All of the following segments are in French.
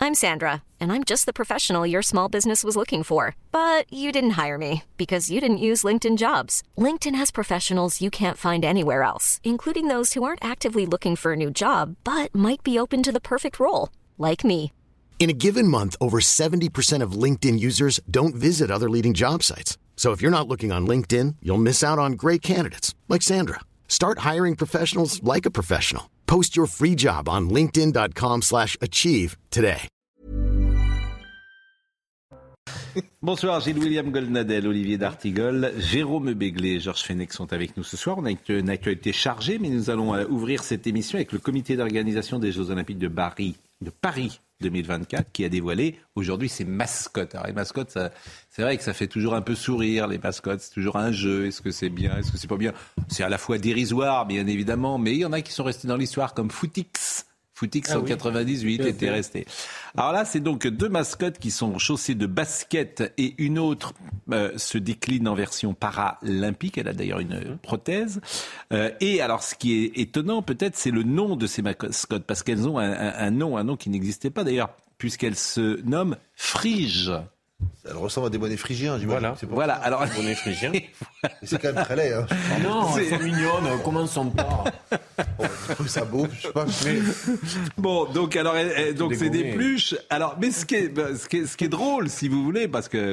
I'm Sandra, and I'm just the professional your small business was looking for. But you didn't hire me because you didn't use LinkedIn Jobs. LinkedIn has professionals you can't find anywhere else, including those who aren't actively looking for a new job, but might be open to the perfect role, like me. In a given month, over 70% of LinkedIn users don't visit other leading job sites. So if you're not looking on LinkedIn, you'll miss out on great candidates like Sandra. Start hiring professionals like a professional. Post your free job on linkedin.com/achieve today. Bonsoir, Gilles William Goldnadel, Olivier D'Artigol, Jérôme Béglé et Georges Fenech sont avec nous ce soir. On a une actualité chargée, mais nous allons ouvrir cette émission avec le comité d'organisation des Jeux Olympiques de Paris 2024 qui a dévoilé aujourd'hui ses mascottes. Alors les mascottes, c'est vrai que ça fait toujours un peu sourire, les mascottes, c'est toujours un jeu. Est-ce que c'est bien, est-ce que c'est pas bien? C'est à la fois dérisoire, bien évidemment, mais il y en a qui sont restés dans l'histoire, comme Footix en 98 était resté. Alors là, c'est donc deux mascottes qui sont chaussées de baskets et une autre se décline en version paralympique. Elle a d'ailleurs une prothèse. Et alors, ce qui est étonnant peut-être, c'est le nom de ces mascottes, parce qu'elles ont un nom qui n'existait pas d'ailleurs, puisqu'elles se nomment Frige. Elle ressemble à des bonnets phrygiens, j'imagine. Voilà. Alors, des bonnets phrygiens. C'est quand même très laid. Hein. Non, elles sont mignonnes, commençons pas. Je trouve ça beau, je sais pas. Mais... Bon, donc donc c'est des peluches. Alors, mais ce qui est drôle, si vous voulez, parce que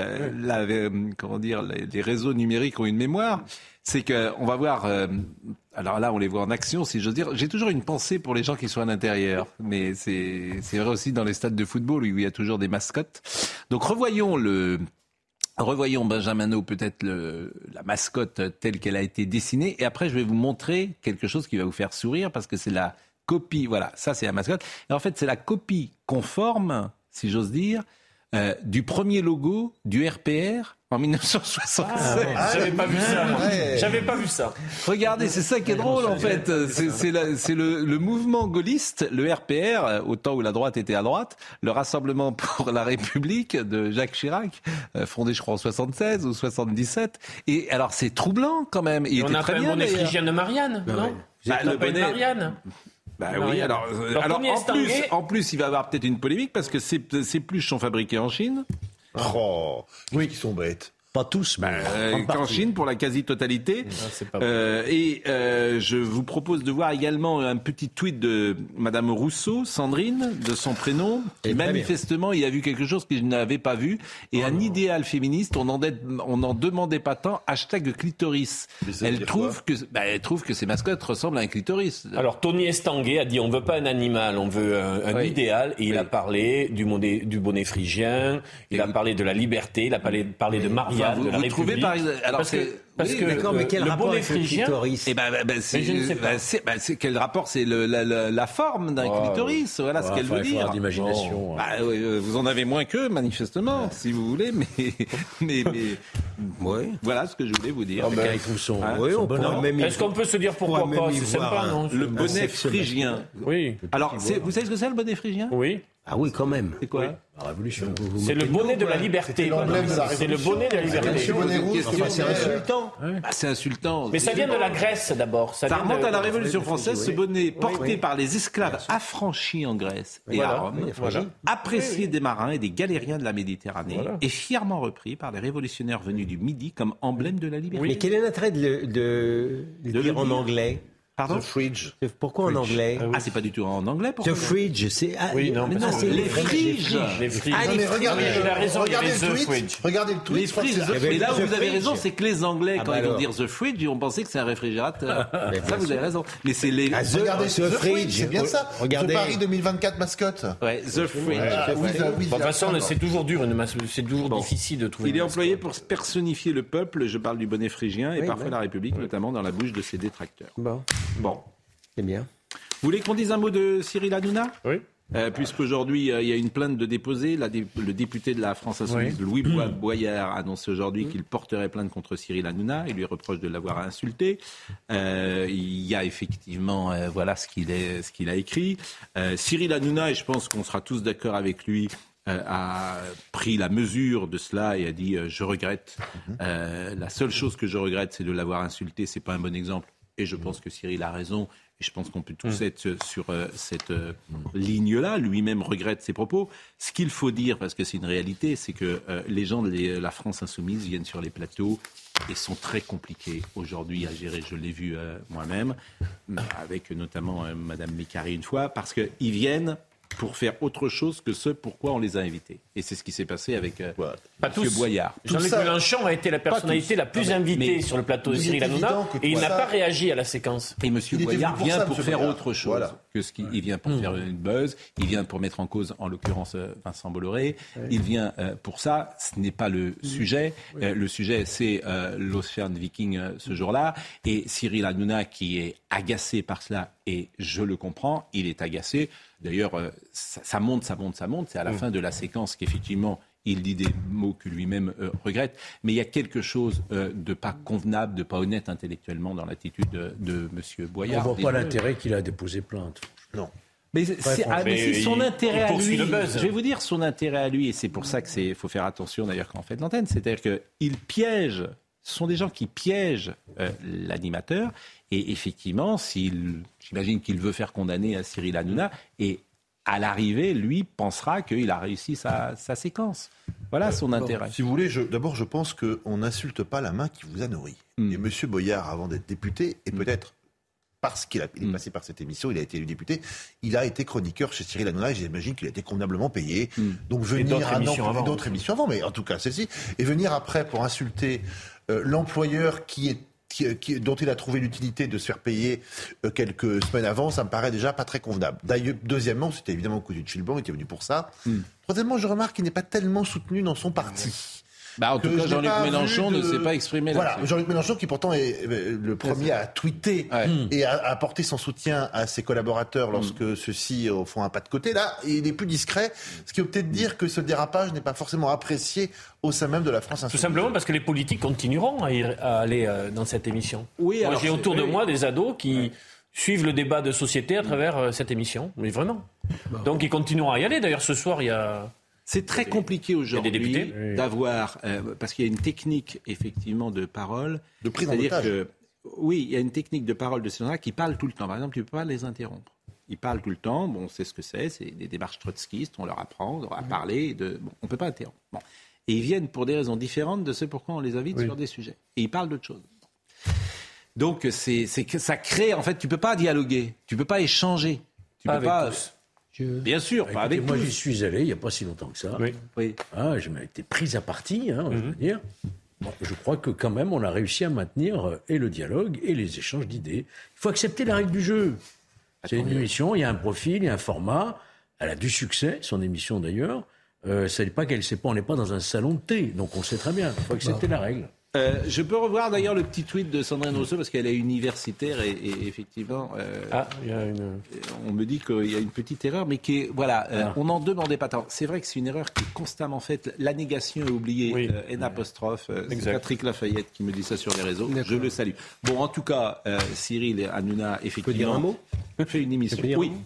les réseaux numériques ont une mémoire, c'est que on va voir. Alors là, on les voit en action, si j'ose dire. J'ai toujours une pensée pour les gens qui sont à l'intérieur, mais c'est vrai aussi dans les stades de football où il y a toujours des mascottes. Donc revoyons Benjamin No, peut-être la mascotte telle qu'elle a été dessinée, et après je vais vous montrer quelque chose qui va vous faire sourire parce que c'est la copie. Voilà, ça c'est la mascotte. Et en fait, c'est la copie conforme, si j'ose dire, du premier logo du RPR en 1976. J'avais pas vu ça. Regardez, c'est ça qui est drôle en fait. C'est le mouvement gaulliste, le RPR, au temps où la droite était à droite, le Rassemblement pour la République de Jacques Chirac, fondé je crois en 76 ou 77. Et alors c'est troublant quand même. On a fait un bonnet phrygien de Marianne, non? Le bonnet Marianne. Oui, alors en plus, il va y avoir peut-être une polémique parce que ces peluches sont fabriquées en Chine. Oh, oui, qui sont bêtes. Pas tous, mais en Chine pour la quasi-totalité. Je vous propose de voir également un petit tweet de Madame Rousseau, Sandrine, de son prénom. Qui manifestement, il a vu quelque chose que je n'avais pas vu. Et un idéal féministe, on n'en demandait pas tant. #clitoris. Elle trouve que ces mascottes ressemblent à un clitoris. Alors Tony Estanguet a dit on veut pas un animal, on veut un idéal. Et il a parlé du bonnet phrygien. Il a parlé de la liberté. Il a parlé de Marianne. Vous trouvez par exemple... D'accord, mais quel rapport avec le clitoris? Quel rapport? C'est la forme d'un clitoris, voilà ce qu'elle veut dire. Il faut avoir d'imagination. Vous en avez moins qu'eux, manifestement, si vous voulez, mais voilà ce que je voulais vous dire. Est-ce qu'on peut se dire pourquoi pas? C'est sympa, non? Le bonnet phrygien. Oui. Alors, vous savez ce que c'est le bonnet phrygien? Oui. Ah oui, quand même. C'est quoi? La révolution. C'est le bonnet de la liberté. C'est le bonnet de la liberté. C'est insultant. C'est insultant. Mais ça vient de la Grèce d'abord. Ça remonte à la Révolution française, ce bonnet porté par les esclaves affranchis en Grèce et à Rome, apprécié des marins et des galériens de la Méditerranée, et fièrement repris par les révolutionnaires venus du Midi comme emblème de la liberté. Mais quel est l'intérêt de le dire en anglais? Pardon? The fridge. Pourquoi en anglais? C'est pas du tout en anglais. The fridge, c'est... c'est les friges. Les friges. Regardez le tweet. Les friges. Mais là où vous avez raison, c'est que les Anglais, quand ils vont dire the fridge, ils vont penser que c'est un réfrigérateur. Ça, vous avez raison. Mais c'est les... Regardez the fridge, c'est bien ça. Regardez. The Paris 2024 mascotte. Ouais, the fridge. De toute façon, c'est toujours dur, c'est toujours difficile de trouver. Il est employé pour personnifier le peuple, je parle du bonnet phrygien, et parfois la République, notamment dans la bouche de ses détracteurs. Bon. C'est bien. Vous voulez qu'on dise un mot de Cyril Hanouna ? Oui. Puisqu'aujourd'hui, il y a une plainte de déposée. Le député de la France Insoumise, Louis Boyard, a annoncé aujourd'hui qu'il porterait plainte contre Cyril Hanouna. Il lui reproche de l'avoir insulté. Il y a effectivement, voilà ce qu'il a écrit. Cyril Hanouna, et je pense qu'on sera tous d'accord avec lui, a pris la mesure de cela et a dit je regrette. La seule chose que je regrette, c'est de l'avoir insulté. C'est pas un bon exemple. Et je pense que Cyril a raison. Et je pense qu'on peut tous être sur cette ligne-là. Lui-même regrette ses propos. Ce qu'il faut dire, parce que c'est une réalité, c'est que les gens de la France insoumise viennent sur les plateaux et sont très compliqués aujourd'hui à gérer. Je l'ai vu moi-même, avec notamment Madame Mécari une fois, parce qu'ils viennent pour faire autre chose que ce pourquoi on les a invités. Et c'est ce qui s'est passé avec M. Boyard. Jean-Luc Mélenchon a été la personnalité la plus invitée sur le plateau de Cyril Hanouna et il n'a pas réagi à la séquence. Et M. Boyard vient pour faire autre chose que ce qu'il vient pour faire une buzz, il vient pour mettre en cause, en l'occurrence, Vincent Bolloré. Il vient pour ça, ce n'est pas le sujet. Le sujet, c'est l'Ocean Viking ce jour-là. Et Cyril Hanouna, qui est agacé par cela, et je le comprends, il est agacé. D'ailleurs, ça monte. C'est à la fin de la séquence qu'effectivement, il dit des mots que lui-même regrette. Mais il y a quelque chose de pas convenable, de pas honnête intellectuellement dans l'attitude de M. Boyard. On ne voit pas l'intérêt qu'il a déposé plainte. Non. Mais c'est son intérêt à lui. Je vais vous dire son intérêt à lui, et c'est pour ça qu'il faut faire attention d'ailleurs quand on fait de l'antenne. C'est-à-dire qu'il piège. Ce sont des gens qui piègent l'animateur. Et effectivement, j'imagine qu'il veut faire condamner à Cyril Hanouna. Et à l'arrivée, lui pensera qu'il a réussi sa séquence. Voilà son intérêt. Si vous voulez, d'abord, je pense qu'on n'insulte pas la main qui vous a nourri. Et M. Boyard, avant d'être député, et peut-être parce qu'il est passé par cette émission, il a été élu député, il a été chroniqueur chez Cyril Hanouna, et j'imagine qu'il a été convenablement payé. Donc venir à d'autres émissions avant, mais en tout cas celle-ci, et venir après pour insulter l'employeur dont il a trouvé l'utilité de se faire payer quelques semaines avant, ça me paraît déjà pas très convenable. D'ailleurs, deuxièmement, c'était évidemment au coup du Chilban, il était venu pour ça. Troisièmement, je remarque qu'il n'est pas tellement soutenu dans son parti. En tout cas, Jean-Luc Mélenchon ne s'est pas exprimé là-dessus. Voilà, Jean-Luc Mélenchon qui pourtant est le premier à tweeter et à apporter son soutien à ses collaborateurs lorsque ceux-ci font un pas de côté. Là, il est plus discret, ce qui veut peut-être dire que ce dérapage n'est pas forcément apprécié au sein même de la France insoumise. Tout simplement parce que les politiques continueront à aller dans cette émission. Oui, moi, j'ai autour de moi des ados qui suivent le débat de société à travers cette émission, mais vraiment. Donc ils continueront à y aller. D'ailleurs, ce soir, il y a... C'est très compliqué aujourd'hui d'avoir, parce qu'il y a une technique effectivement de parole. De prise en otage. Oui, il y a une technique de parole de ces gens-là qui parlent tout le temps. Par exemple, tu ne peux pas les interrompre. Ils parlent tout le temps, on sait ce que c'est des démarches trotskistes, on leur apprend à parler, on ne peut pas interrompre. Bon. Et ils viennent pour des raisons différentes de ce pourquoi on les invite sur des sujets. Et ils parlent d'autre chose. Donc ça crée, en fait, tu ne peux pas dialoguer, tu ne peux pas échanger. Tu peux pas... Bien sûr, pas avec moi, j'y suis allé il n'y a pas si longtemps que ça. Oui. Je m'ai été pris à partie, je veux dire. Bon, je crois que quand même, on a réussi à maintenir et le dialogue et les échanges d'idées. Il faut accepter la règle du jeu. C'est une émission, il y a un profil, il y a un format. Elle a du succès, son émission d'ailleurs. Ça n'est pas on n'est pas dans un salon de thé, donc on le sait très bien. Il faut accepter la règle. Je peux revoir d'ailleurs le petit tweet de Sandrine Rousseau parce qu'elle est universitaire et effectivement, on me dit qu'il y a une petite erreur, mais on n'en demandait pas tant. C'est vrai que c'est une erreur qui est constamment faite. La négation est oubliée. N'. C'est Patrick Lafayette qui me dit ça sur les réseaux. D'accord. Je le salue. Bon, en tout cas, Cyril Hanouna effectivement fait une émission.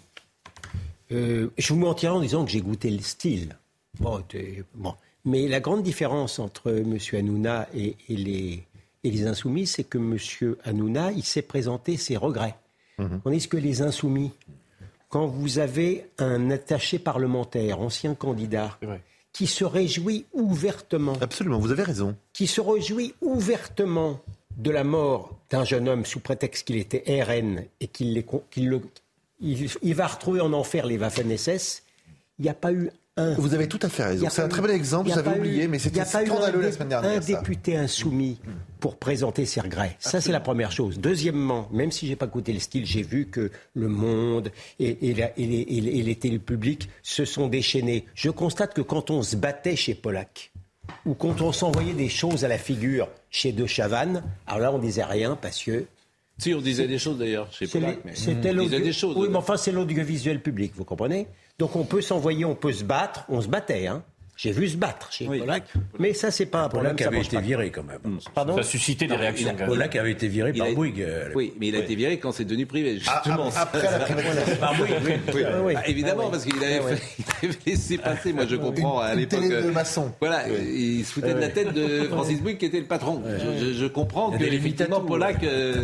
Je vous mentirais en disant que j'ai goûté le style. Bon. Mais la grande différence entre M. Hanouna et les Insoumis, c'est que M. Hanouna, il s'est présenté ses regrets. Tandis que les Insoumis, quand vous avez un attaché parlementaire, ancien candidat, qui se réjouit ouvertement... Absolument, vous avez raison. Qui se réjouit ouvertement de la mort d'un jeune homme sous prétexte qu'il était RN et qu'il va retrouver en enfer les Waffen-SS, il n'y a pas eu Vous avez tout à fait raison. C'est un très bel exemple, vous avez oublié, mais c'était scandaleux la semaine dernière. Un député insoumis pour présenter ses regrets. Ça, c'est la première chose. Deuxièmement, même si je n'ai pas écouté le style, j'ai vu que Le Monde et les télépublics se sont déchaînés. Je constate que quand on se battait chez Polak, ou quand on s'envoyait des choses à la figure chez De Chavannes, alors là, on disait rien parce que... Si, on disait des choses d'ailleurs chez Polak. C'était des choses. Oui, mais enfin, c'est l'audiovisuel public, vous comprenez ? Donc on peut s'envoyer, on peut se battre, on se battait. J'ai vu se battre chez Polac, mais ça, c'est pas un problème. Polak avait été viré quand même. Pardon ? Ça a suscité des réactions. Polak avait été viré par Bouygues. Oui, mais il a été viré quand c'est devenu privé, justement. Après la privatisation. Par Bouygues, oui. Évidemment, parce qu'il avait laissé passer. Moi, je comprends à l'époque. Télé de maçon. Voilà, il se foutait de la tête de Francis Bouygues qui était le patron. Je comprends que effectivement Polak.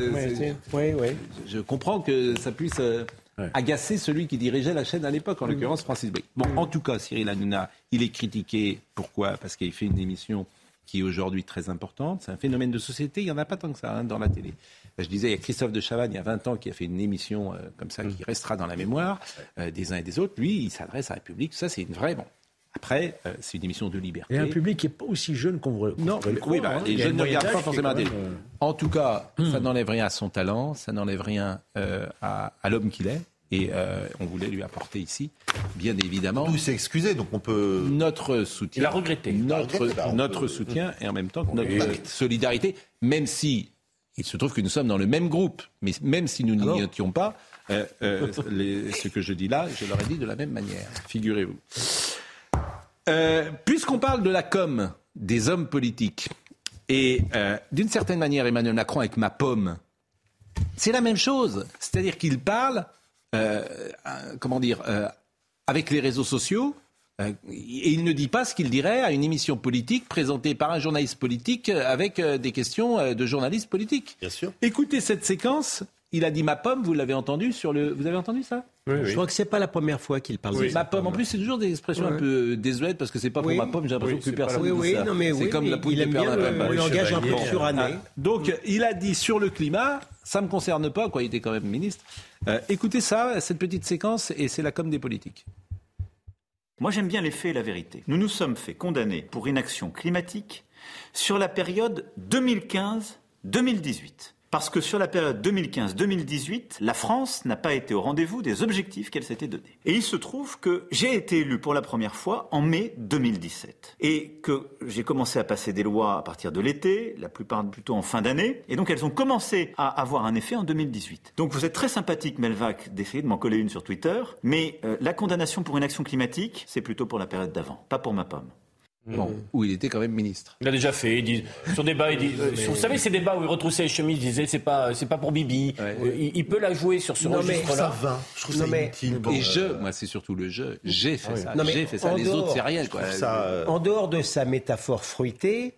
Je comprends que ça puisse agacer celui qui dirigeait la chaîne à l'époque, en l'occurrence Francis Bouygues. Bon, en tout cas, Cyril Hanouna, il est critiqué. Pourquoi ? Parce qu'il fait une émission qui est aujourd'hui très importante. C'est un phénomène de société. Il n'y en a pas tant que ça dans la télé. Je disais, il y a Christophe de Chavannes, il y a 20 ans, qui a fait une émission comme ça, qui restera dans la mémoire des uns et des autres. Lui, il s'adresse à un public. Ça, c'est une vraie... Bon. Après, c'est une émission de liberté. Et un public qui n'est pas aussi jeune qu'on voudrait. Non, oui, les jeunes ne regardent pas forcément la télé. En tout cas, ça n'enlève rien à son talent, ça n'enlève rien à l'homme qu'il est. Et on voulait lui apporter ici, bien évidemment. Il s'est excusé, donc on peut. Notre soutien. Il a regretté. Notre soutien et en même temps notre solidarité, même si il se trouve que nous sommes dans le même groupe, mais même si nous n'y étions pas, ce que je dis là, je l'aurais dit de la même manière, figurez-vous. Puisqu'on parle de la com des hommes politiques, et d'une certaine manière, Emmanuel Macron avec ma pomme, c'est la même chose. C'est-à-dire qu'il parle, avec les réseaux sociaux, et il ne dit pas ce qu'il dirait à une émission politique présentée par un journaliste politique avec des questions de journalistes politiques. Bien sûr. Écoutez cette séquence. Il a dit ma pomme, vous l'avez entendu Vous avez entendu ça ? Oui. Je crois que c'est pas la première fois qu'il parle de ça. Ma pomme. En plus, c'est toujours des expressions un peu désuètes parce que c'est pas pour ma pomme. J'ai l'impression que plus personne dit ça. C'est comme la poule de Perlimpinpin. Il engage un peu suranné. Donc, il a dit sur le climat, ça me concerne pas. Il était quand même ministre. Écoutez ça, cette petite séquence, et c'est la com des politiques. Moi, j'aime bien les faits et la vérité. Nous nous sommes fait condamner pour inaction climatique sur la période 2015-2018. Parce que sur la période 2015-2018, la France n'a pas été au rendez-vous des objectifs qu'elle s'était donnés. Et il se trouve que j'ai été élu pour la première fois en mai 2017. Et que j'ai commencé à passer des lois à partir de l'été, la plupart plutôt en fin d'année. Et donc elles ont commencé à avoir un effet en 2018. Donc vous êtes très sympathique, Melvac, d'essayer de m'en coller une sur Twitter. Mais la condamnation pour une action climatique, c'est plutôt pour la période d'avant, pas pour ma pomme. Bon, où il était quand même ministre. Il a déjà fait. Sur débat, il dit. Vous savez ces débats où il retroussait les chemises, il disait c'est pas pour Bibi. Il peut la jouer sur ce registre-là. Je trouve ça inutile. Moi c'est surtout le jeu. J'ai fait ça. J'ai fait ça. Les autres c'est rien. En dehors de sa métaphore fruitée,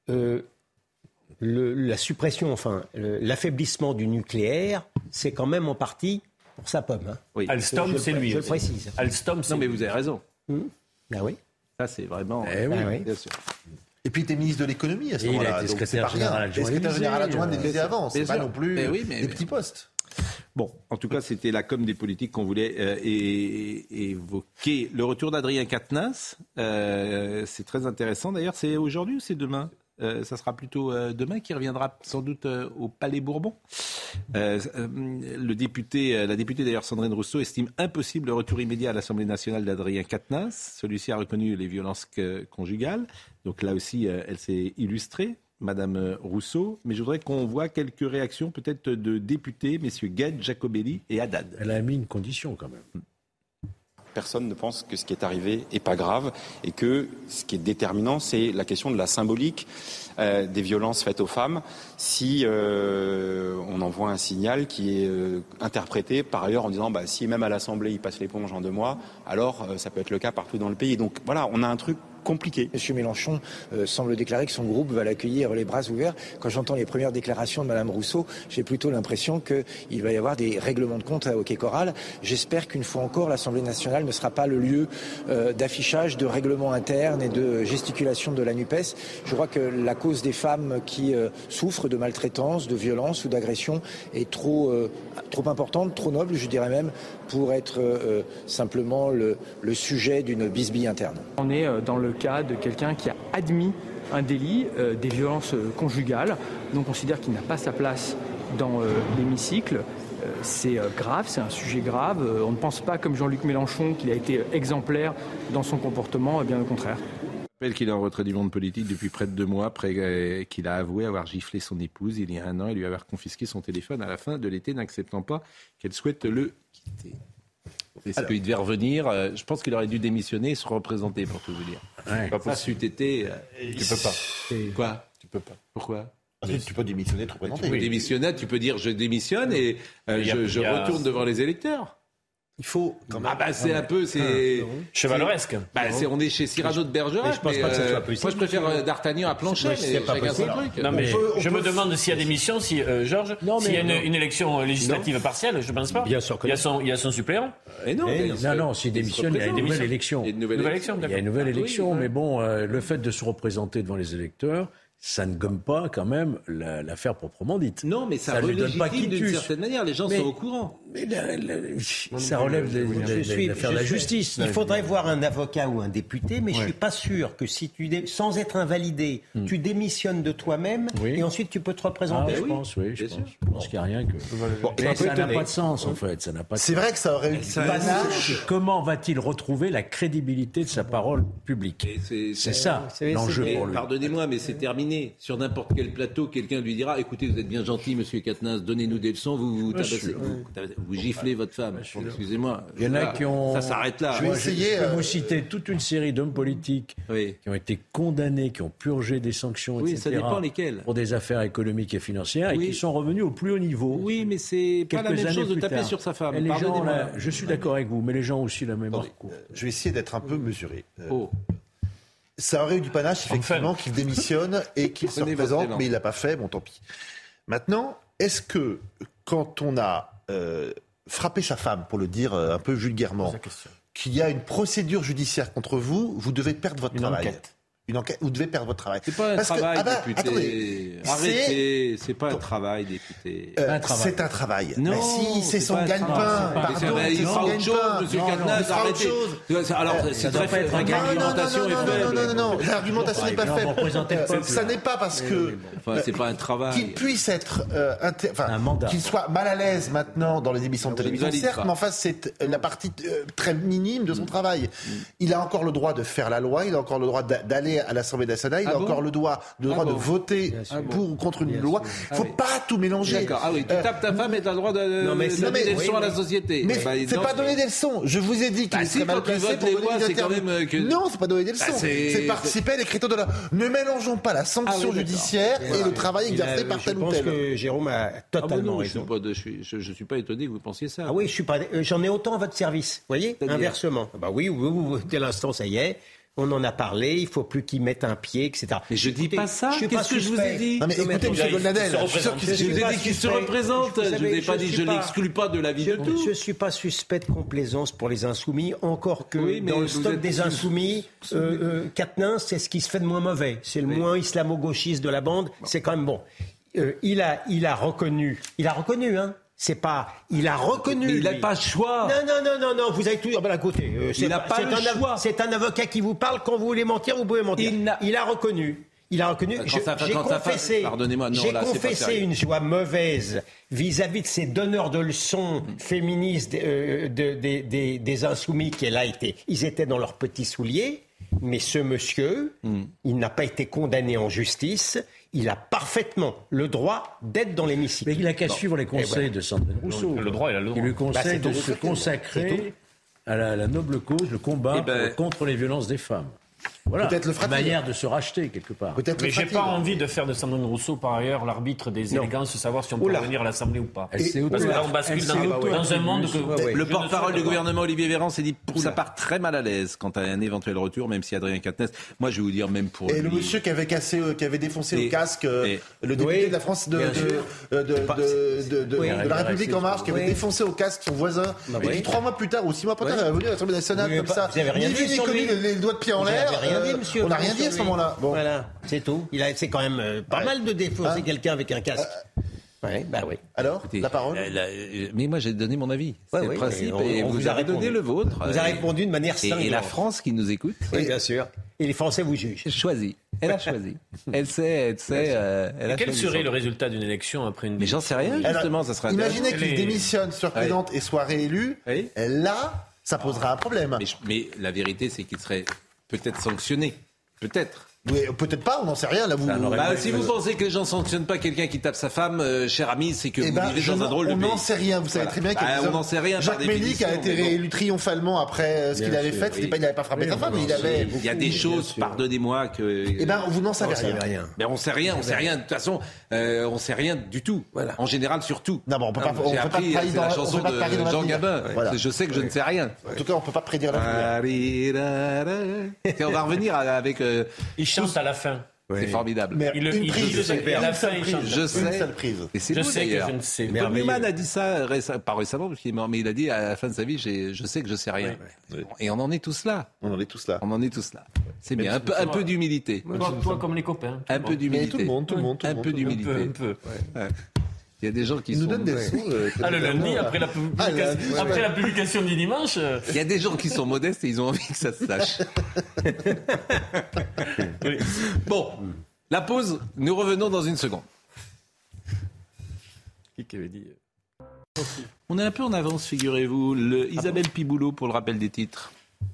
la suppression, l'affaiblissement du nucléaire, c'est quand même en partie pour sa pomme. Hein. Oui. Alstom, c'est lui. Je le précise. Alstom, c'est. Non mais vous avez raison. Ah oui. Ça, c'est vraiment... oui. Bien sûr. Et puis, il était ministre de l'économie à ce moment-là. Il était secrétaire général adjoint. Secrétaire général adjoint de l'Élysée avant. C'est pas non plus des petits postes. Bon, en tout cas, c'était la com des politiques qu'on voulait évoquer. Le retour d'Adrien Quatennens, c'est très intéressant. D'ailleurs, c'est aujourd'hui ou c'est demain ? Ça sera plutôt demain, qui reviendra sans doute au Palais Bourbon. La députée d'ailleurs Sandrine Rousseau estime impossible le retour immédiat à l'Assemblée nationale d'Adrien Quatennens. Celui-ci a reconnu les violences conjugales. Donc là aussi, elle s'est illustrée, Madame Rousseau. Mais je voudrais qu'on voit quelques réactions peut-être de députés, messieurs Gued, Jacobelli et Haddad. Elle a mis une condition quand même. Personne ne pense que ce qui est arrivé n'est pas grave et que ce qui est déterminant, c'est la question de la symbolique des violences faites aux femmes. Si on envoie un signal qui est interprété par ailleurs en disant si même à l'Assemblée ils passent l'éponge en 2 mois, alors ça peut être le cas partout dans le pays. Donc voilà, on a un truc compliqué. Monsieur Mélenchon semble déclarer que son groupe va l'accueillir les bras ouverts. Quand j'entends les premières déclarations de Madame Rousseau, j'ai plutôt l'impression qu'il va y avoir des règlements de compte à Hockey Choral. J'espère qu'une fois encore, l'Assemblée nationale ne sera pas le lieu d'affichage, de règlements internes et de gesticulation de la NUPES. Je crois que la cause des femmes qui souffrent de maltraitance, de violence ou d'agression est trop importante, trop noble, je dirais même, pour être simplement le sujet d'une bisbille interne. On est dans le cas de quelqu'un qui a admis un délit, des violences conjugales, donc on considère qu'il n'a pas sa place dans l'hémicycle. C'est grave, c'est un sujet grave. On ne pense pas, comme Jean-Luc Mélenchon, qu'il a été exemplaire dans son comportement, bien au contraire. Je rappelle qu'il est en retrait du monde politique depuis près de 2 mois, après qu'il a avoué avoir giflé son épouse il y a 1 an et lui avoir confisqué son téléphone à la fin de l'été, n'acceptant pas qu'elle souhaite le quitter. Est-ce qu'il devait revenir Je pense qu'il aurait dû démissionner et se représenter, pour tout vous dire. Ouais. Ça c'eût été... Tu peux pas. Quoi ? Tu peux pas. Pourquoi ? Tu peux démissionner, te représenter. Tu peux démissionner, tu peux dire je démissionne et je retourne devant les électeurs. Il faut quand même. C'est un peu, chevaleresque. On est chez Cyrano de Bergerac. Je pense pas que ça soit possible. Moi, je préfère D'Artagnan à Planchet, mais chacun son truc. Non, mais je me demande s'il y a des missions, Georges, s'il y a une élection législative partielle, je ne pense pas. Bien sûr que il y a son suppléant. Non, s'il démissionne, il y a une nouvelle élection. Il y a une nouvelle élection. Il y a une nouvelle élection, mais bon, le fait de se représenter devant les électeurs, ça ne gomme pas quand même l'affaire proprement dite. Non, mais ça lui donne pas d'une certaine manière. Les gens sont au courant. Mais ça relève de l'affaire de la justice. Il faudrait voir un avocat ou un député, mais je suis pas sûr que si sans être invalidé, tu démissionnes de toi-même et ensuite tu peux te représenter. Je pense qu'il n'y a rien que... Mais ça n'a pas de sens, en fait. Ça n'a pas de C'est vrai que ça aurait eu du panache. Comment va-t-il retrouver la crédibilité de sa parole publique ? C'est ça l'enjeu pour lui. Pardonnez-moi, mais c'est terminé. Sur n'importe quel plateau, quelqu'un lui dira écoutez, vous êtes bien gentil, monsieur Quatennens, donnez-nous des leçons, vous giflez votre femme. Excusez-moi. Il y en a qui ont. Ça s'arrête là. Je peux vous citer toute une série d'hommes politiques qui ont été condamnés, qui ont purgé des sanctions, etc. Ça dépend lesquels. Pour des affaires économiques et financières et qui sont revenus au plus haut niveau. Oui, mais c'est pas la même chose de taper sur sa femme. Les gens, je suis d'accord avec vous, mais les gens ont aussi la même parcours. Je vais essayer d'être un peu mesuré. Ça aurait eu du panache, effectivement, qu'il démissionne et qu'il se représente, mais il l'a pas fait, bon tant pis. Maintenant, est-ce que quand on a frappé sa femme, pour le dire un peu vulgairement, qu'il y a une procédure judiciaire contre vous, vous devez perdre votre travail ? Une enquête, vous devez perdre votre travail. C'est pas un travail, député. Attendez, arrêtez, c'est pas un travail, député. C'est un travail. Non, c'est son gagne-pain. Pardon, il fera autre chose, monsieur Quatennens, arrêtez. Alors, c'est très faible. L'argumentation est faible. Non, l'argumentation n'est pas faible. Ça n'est pas parce que... c'est pas un travail. Qu'il puisse être... un mandat. Qu'il soit mal à l'aise maintenant dans les émissions de télévision, certes, mais enfin, c'est la partie très minime de son travail. Il a encore le droit de faire la loi, il a encore le droit d'aller à l'Assemblée nationale, il a encore le droit de voter pour ou contre une loi. Il ne faut pas tout mélanger. D'accord. Ah oui, tu tapes ta femme et tu as le droit de donner des leçons à la société. Mais c'est pas donner des leçons. Je vous ai dit qu'il est très mal placé pour donner des interviews. Non, c'est pas donner des leçons. C'est participer à l'écriture de la... Ne mélangeons pas la sanction judiciaire et le travail exercé par tel ou tel. Je pense que Jérôme a totalement raison. Je ne suis pas étonné que vous pensiez ça. Ah oui, j'en ai autant à votre service. Vous voyez, inversement. Oui, dès l'instant, ça y est. On en a parlé, il ne faut plus qu'ils mettent un pied, etc. Mais je ne dis pas ça. Qu'est-ce que je vous ai dit ? Non, mais écoutez, M. Goldnadel, je vous ai dit qu'il se représente. Je ne vous ai pas dit, je n'exclus pas de la vie de tout. Je ne suis pas suspect de complaisance pour les insoumis, encore que dans le stock des insoumis, Quatennens, c'est ce qui se fait de moins mauvais. C'est le moins islamo-gauchiste de la bande. C'est quand même bon. Il a reconnu, hein. C'est pas. Il a reconnu. Mais il n'a pas le choix. Non. Vous avez tout. À côté. Il n'a pas le choix. C'est un avocat qui vous parle. Quand vous voulez mentir, vous pouvez mentir. Il a reconnu. J'ai confessé une joie mauvaise vis-à-vis de ces donneurs de leçons féministes des insoumis qu'elle a été. Ils étaient dans leurs petits souliers. Mais ce monsieur, il n'a pas été condamné en justice. Il a parfaitement le droit d'être dans l'hémicycle. Mais il n'a qu'à suivre les conseils de Sandrine Rousseau. Le droit, il a le droit. Il lui conseille de se consacrer à la noble cause, le combat contre les violences des femmes. Voilà, une manière de se racheter quelque part. Mais j'ai pas envie de faire de Sandrine Rousseau, par ailleurs, l'arbitre des élégances, savoir si on peut revenir à l'Assemblée ou pas. Parce que là, on bascule dans un monde que... Le porte-parole du gouvernement, Olivier Véran, s'est dit pour sa part très mal à l'aise quant à un éventuel retour, même si Adrien Quatennens... Moi, je vais vous dire, même pour lui... Et le monsieur qui avait défoncé le casque, le député de la France de la République En Marche, qui avait défoncé au casque son voisin, et qui 3 mois plus tard, ou 6 mois plus tard, est revenu à l'Assemblée nationale comme ça. Ni vu ni connu, les doigts de pied en l'air. On n'a rien dit à ce moment-là. Bon. Voilà, c'est tout. C'est quand même pas mal de défoncer quelqu'un avec un casque. Oui. Alors, la parole. Mais moi, j'ai donné mon avis. C'est le principe. Et vous avez donné le vôtre. Vous avez répondu de manière cinglante. Et la France qui nous écoute. Oui, bien sûr. Et les Français vous jugent. Elle a choisi. Elle sait. Quel serait le résultat d'une élection après une... Mais j'en sais rien, justement. Ça sera. Imaginez qu'il démissionne, se représente et soit réélu. Là, ça posera un problème. Mais la vérité, c'est qu'il serait peut-être sanctionné. Peut-être. Oui, peut-être pas, on n'en sait rien. Là, si vous pensez que les gens ne sanctionnent pas quelqu'un qui tape sa femme, cher ami, c'est que vous vivez dans un drôle de pays. On n'en sait rien. Vous savez très bien qu'il y a on n'en sait rien. Jacques Ménic a été réélu triomphalement après ce qu'il avait fait. Il n'avait pas frappé sa femme, mais il y a des choses, pardonnez-moi, que. Vous n'en savez rien. Mais on sait rien. De toute façon, on sait rien du tout. En général, sur tout. Non, on peut pas. J'ai appris la chanson de Jean Gabin. Je sais que je ne sais rien. En tout cas, on peut pas prédire l'avenir. On va revenir avec. Il chante à la fin. C'est formidable. À la fin, il chante. Je sais. Et c'est je beau, sais d'ailleurs. que je ne sais. Paul Newman a dit ça pas récemment parce qu'il est mort, mais il a dit à la fin de sa vie, je sais que je sais rien. Et on en est tous là. On en est tous là. C'est bien. Un peu d'humilité. Toi comme les copains. Un peu d'humilité. Tout le monde. Un peu d'humilité. Un peu. Il y a des gens qui nous sont... donnent des sous. Le lundi, après la publication du dimanche... Il y a des gens qui sont modestes et ils ont envie que ça se sache. Bon, la pause, nous revenons dans une seconde. Qui avait dit On est un peu en avance, figurez-vous. Isabelle Piboulot pour le rappel des titres.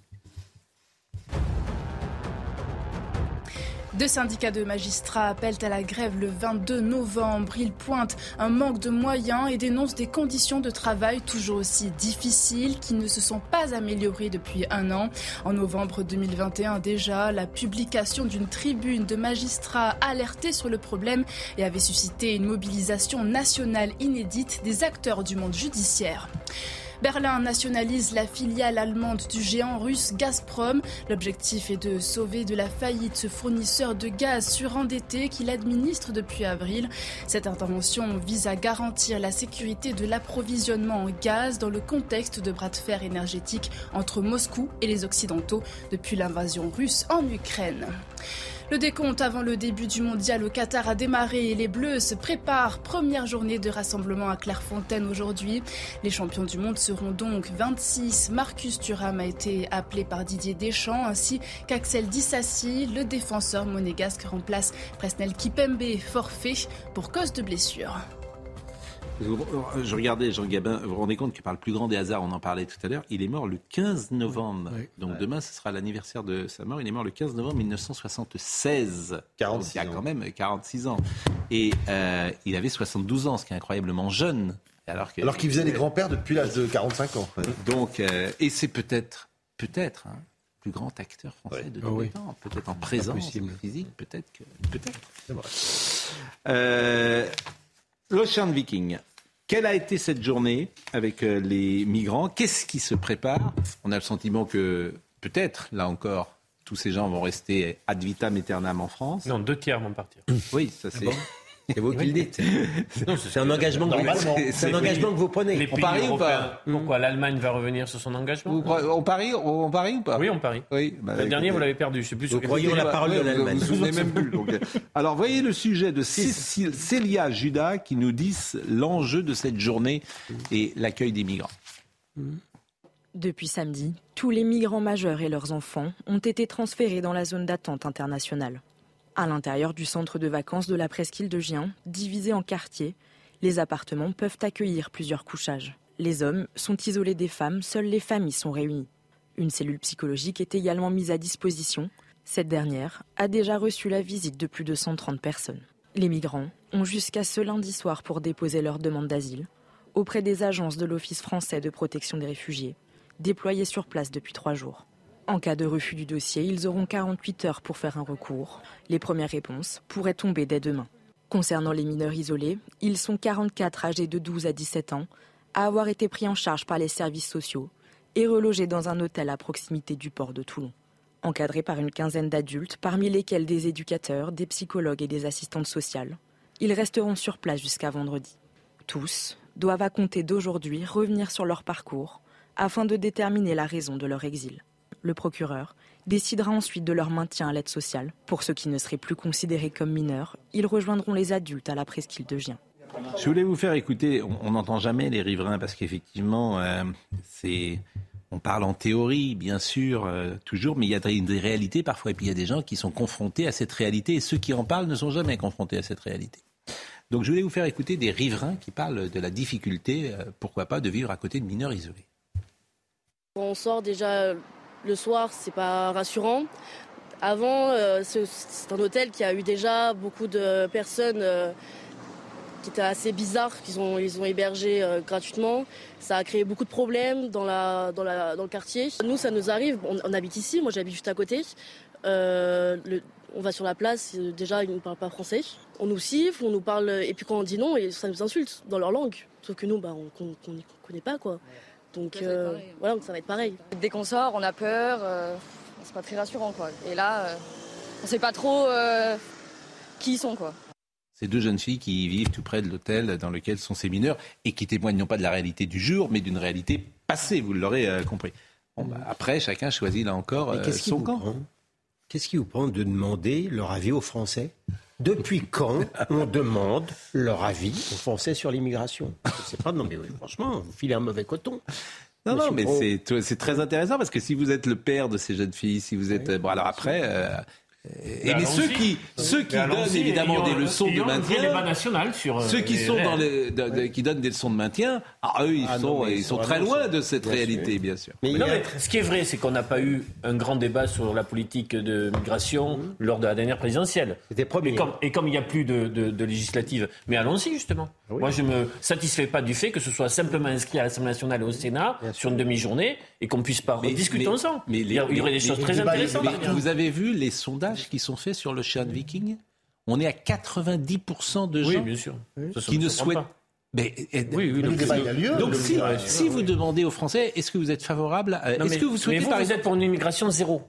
2 syndicats de magistrats appellent à la grève le 22 novembre. Ils pointent un manque de moyens et dénoncent des conditions de travail toujours aussi difficiles qui ne se sont pas améliorées depuis 1 an. En novembre 2021 déjà, la publication d'une tribune de magistrats alertait sur le problème et avait suscité une mobilisation nationale inédite des acteurs du monde judiciaire. Berlin nationalise la filiale allemande du géant russe Gazprom. L'objectif est de sauver de la faillite ce fournisseur de gaz surendetté qu'il administre depuis avril. Cette intervention vise à garantir la sécurité de l'approvisionnement en gaz dans le contexte de bras de fer énergétique entre Moscou et les Occidentaux depuis l'invasion russe en Ukraine. Le décompte avant le début du mondial au Qatar a démarré et les Bleus se préparent. Première journée de rassemblement à Clairefontaine aujourd'hui. Les champions du monde seront donc 26. Marcus Thuram a été appelé par Didier Deschamps ainsi qu'Axel Disassi. Le défenseur monégasque remplace Presnel Kipembe, forfait pour cause de blessure. Je regardais Jean Gabin, vous vous rendez compte que par le plus grand des hasards, on en parlait tout à l'heure, il est mort le 15 novembre. Donc demain, ce sera l'anniversaire de sa mort. Il est mort le 15 novembre 1976. 46 ans. Il y a quand même 46 ans. Et il avait 72 ans, ce qui est incroyablement jeune. Alors qu'il faisait les grands-pères depuis l'âge de 45 ans. Donc, et c'est peut-être le plus grand acteur français de tous les temps. Peut-être en présence physique, peut-être. C'est vrai. L'Ocean Viking. Quelle a été cette journée avec les migrants ? Qu'est-ce qui se prépare ? On a le sentiment que, peut-être, là encore, tous ces gens vont rester ad vitam aeternam en France. Non, 2/3 vont partir. Oui, ça c'est... Bon. C'est vous qui le dites. C'est un engagement que vous prenez. Les pays on parie ou pas ? Pourquoi l'Allemagne va revenir sur son engagement ? On parie ou pas ? Oui, on parie. Oui, le dernier, vous l'avez perdu. Je sais plus vous croyez la parole de l'Allemagne. Vous vous souvenez même plus. Donc. Alors, voyez le sujet de Célia Judas qui nous dit l'enjeu de cette journée et l'accueil des migrants. Depuis samedi, tous les migrants majeurs et leurs enfants ont été transférés dans la zone d'attente internationale. À l'intérieur du centre de vacances de la presqu'île de Gien, divisé en quartiers, les appartements peuvent accueillir plusieurs couchages. Les hommes sont isolés des femmes, seules les familles sont réunies. Une cellule psychologique est également mise à disposition. Cette dernière a déjà reçu la visite de plus de 130 personnes. Les migrants ont jusqu'à ce lundi soir pour déposer leur demande d'asile auprès des agences de l'Office français de protection des réfugiés, déployées sur place depuis 3 jours. En cas de refus du dossier, ils auront 48 heures pour faire un recours. Les premières réponses pourraient tomber dès demain. Concernant les mineurs isolés, ils sont 44 âgés de 12 à 17 ans à avoir été pris en charge par les services sociaux et relogés dans un hôtel à proximité du port de Toulon. Encadrés par une quinzaine d'adultes, parmi lesquels des éducateurs, des psychologues et des assistantes sociales, ils resteront sur place jusqu'à vendredi. Tous doivent à compter d'aujourd'hui revenir sur leur parcours afin de déterminer la raison de leur exil. Le procureur décidera ensuite de leur maintien à l'aide sociale. Pour ceux qui ne seraient plus considérés comme mineurs, ils rejoindront les adultes à la presqu'île de Gien. Je voulais vous faire écouter, on n'entend jamais les riverains parce qu'effectivement, on parle en théorie, bien sûr, toujours, mais il y a des réalités parfois. Et puis il y a des gens qui sont confrontés à cette réalité et ceux qui en parlent ne sont jamais confrontés à cette réalité. Donc je voulais vous faire écouter des riverains qui parlent de la difficulté, pourquoi pas, de vivre à côté de mineurs isolés. On sort déjà... Le soir, c'est pas rassurant. Avant, c'est un hôtel qui a eu déjà beaucoup de personnes qui étaient assez bizarres, ils ont hébergé gratuitement. Ça a créé beaucoup de problèmes dans le quartier. Nous, ça nous arrive, on habite ici, moi j'habite juste à côté. On va sur la place, déjà ils ne parlent pas français. On nous siffle, on nous parle, et puis quand on dit non, ça nous insulte dans leur langue. Sauf que nous, on ne connaît pas, quoi. Donc voilà, ça va être pareil. Dès qu'on sort, on a peur, c'est pas très rassurant, quoi. Et là, on sait pas trop qui ils sont, quoi. Ces deux jeunes filles qui vivent tout près de l'hôtel dans lequel sont ces mineurs et qui témoignent non pas de la réalité du jour, mais d'une réalité passée, vous l'aurez compris. Bon, après, chacun choisit là encore son camp. Qu'est-ce qui vous prend de demander leur avis aux Français ? Depuis quand on demande leur avis aux Français sur l'immigration ? C'est pas, non mais franchement, vous filez un mauvais coton. Non, mais c'est très intéressant parce que si vous êtes le père de ces jeunes filles, si vous êtes... Bon, alors après... mais ceux qui donnent évidemment des leçons de maintien, ceux qui sont qui donnent des leçons de maintien, eux ils sont très loin de cette réalité, bien sûr. Mais ce qui est vrai, c'est qu'on n'a pas eu un grand débat sur la politique de migration lors de la dernière présidentielle. C'était premier. Et comme il n'y a plus de législative, mais allons-y justement. Oui. Moi, je me satisfais pas du fait que ce soit simplement inscrit à l'Assemblée nationale et au Sénat sur une demi-journée et qu'on puisse pas discuter ensemble. Il y aurait des choses très intéressantes. Vous avez vu les sondages qui sont faits sur l'Ocean Viking? On est à 90% de gens qui ne souhaitent pas. Donc si vous demandez aux Français, est-ce que vous êtes favorable est-ce que vous souhaitez vous êtes pour une immigration zéro?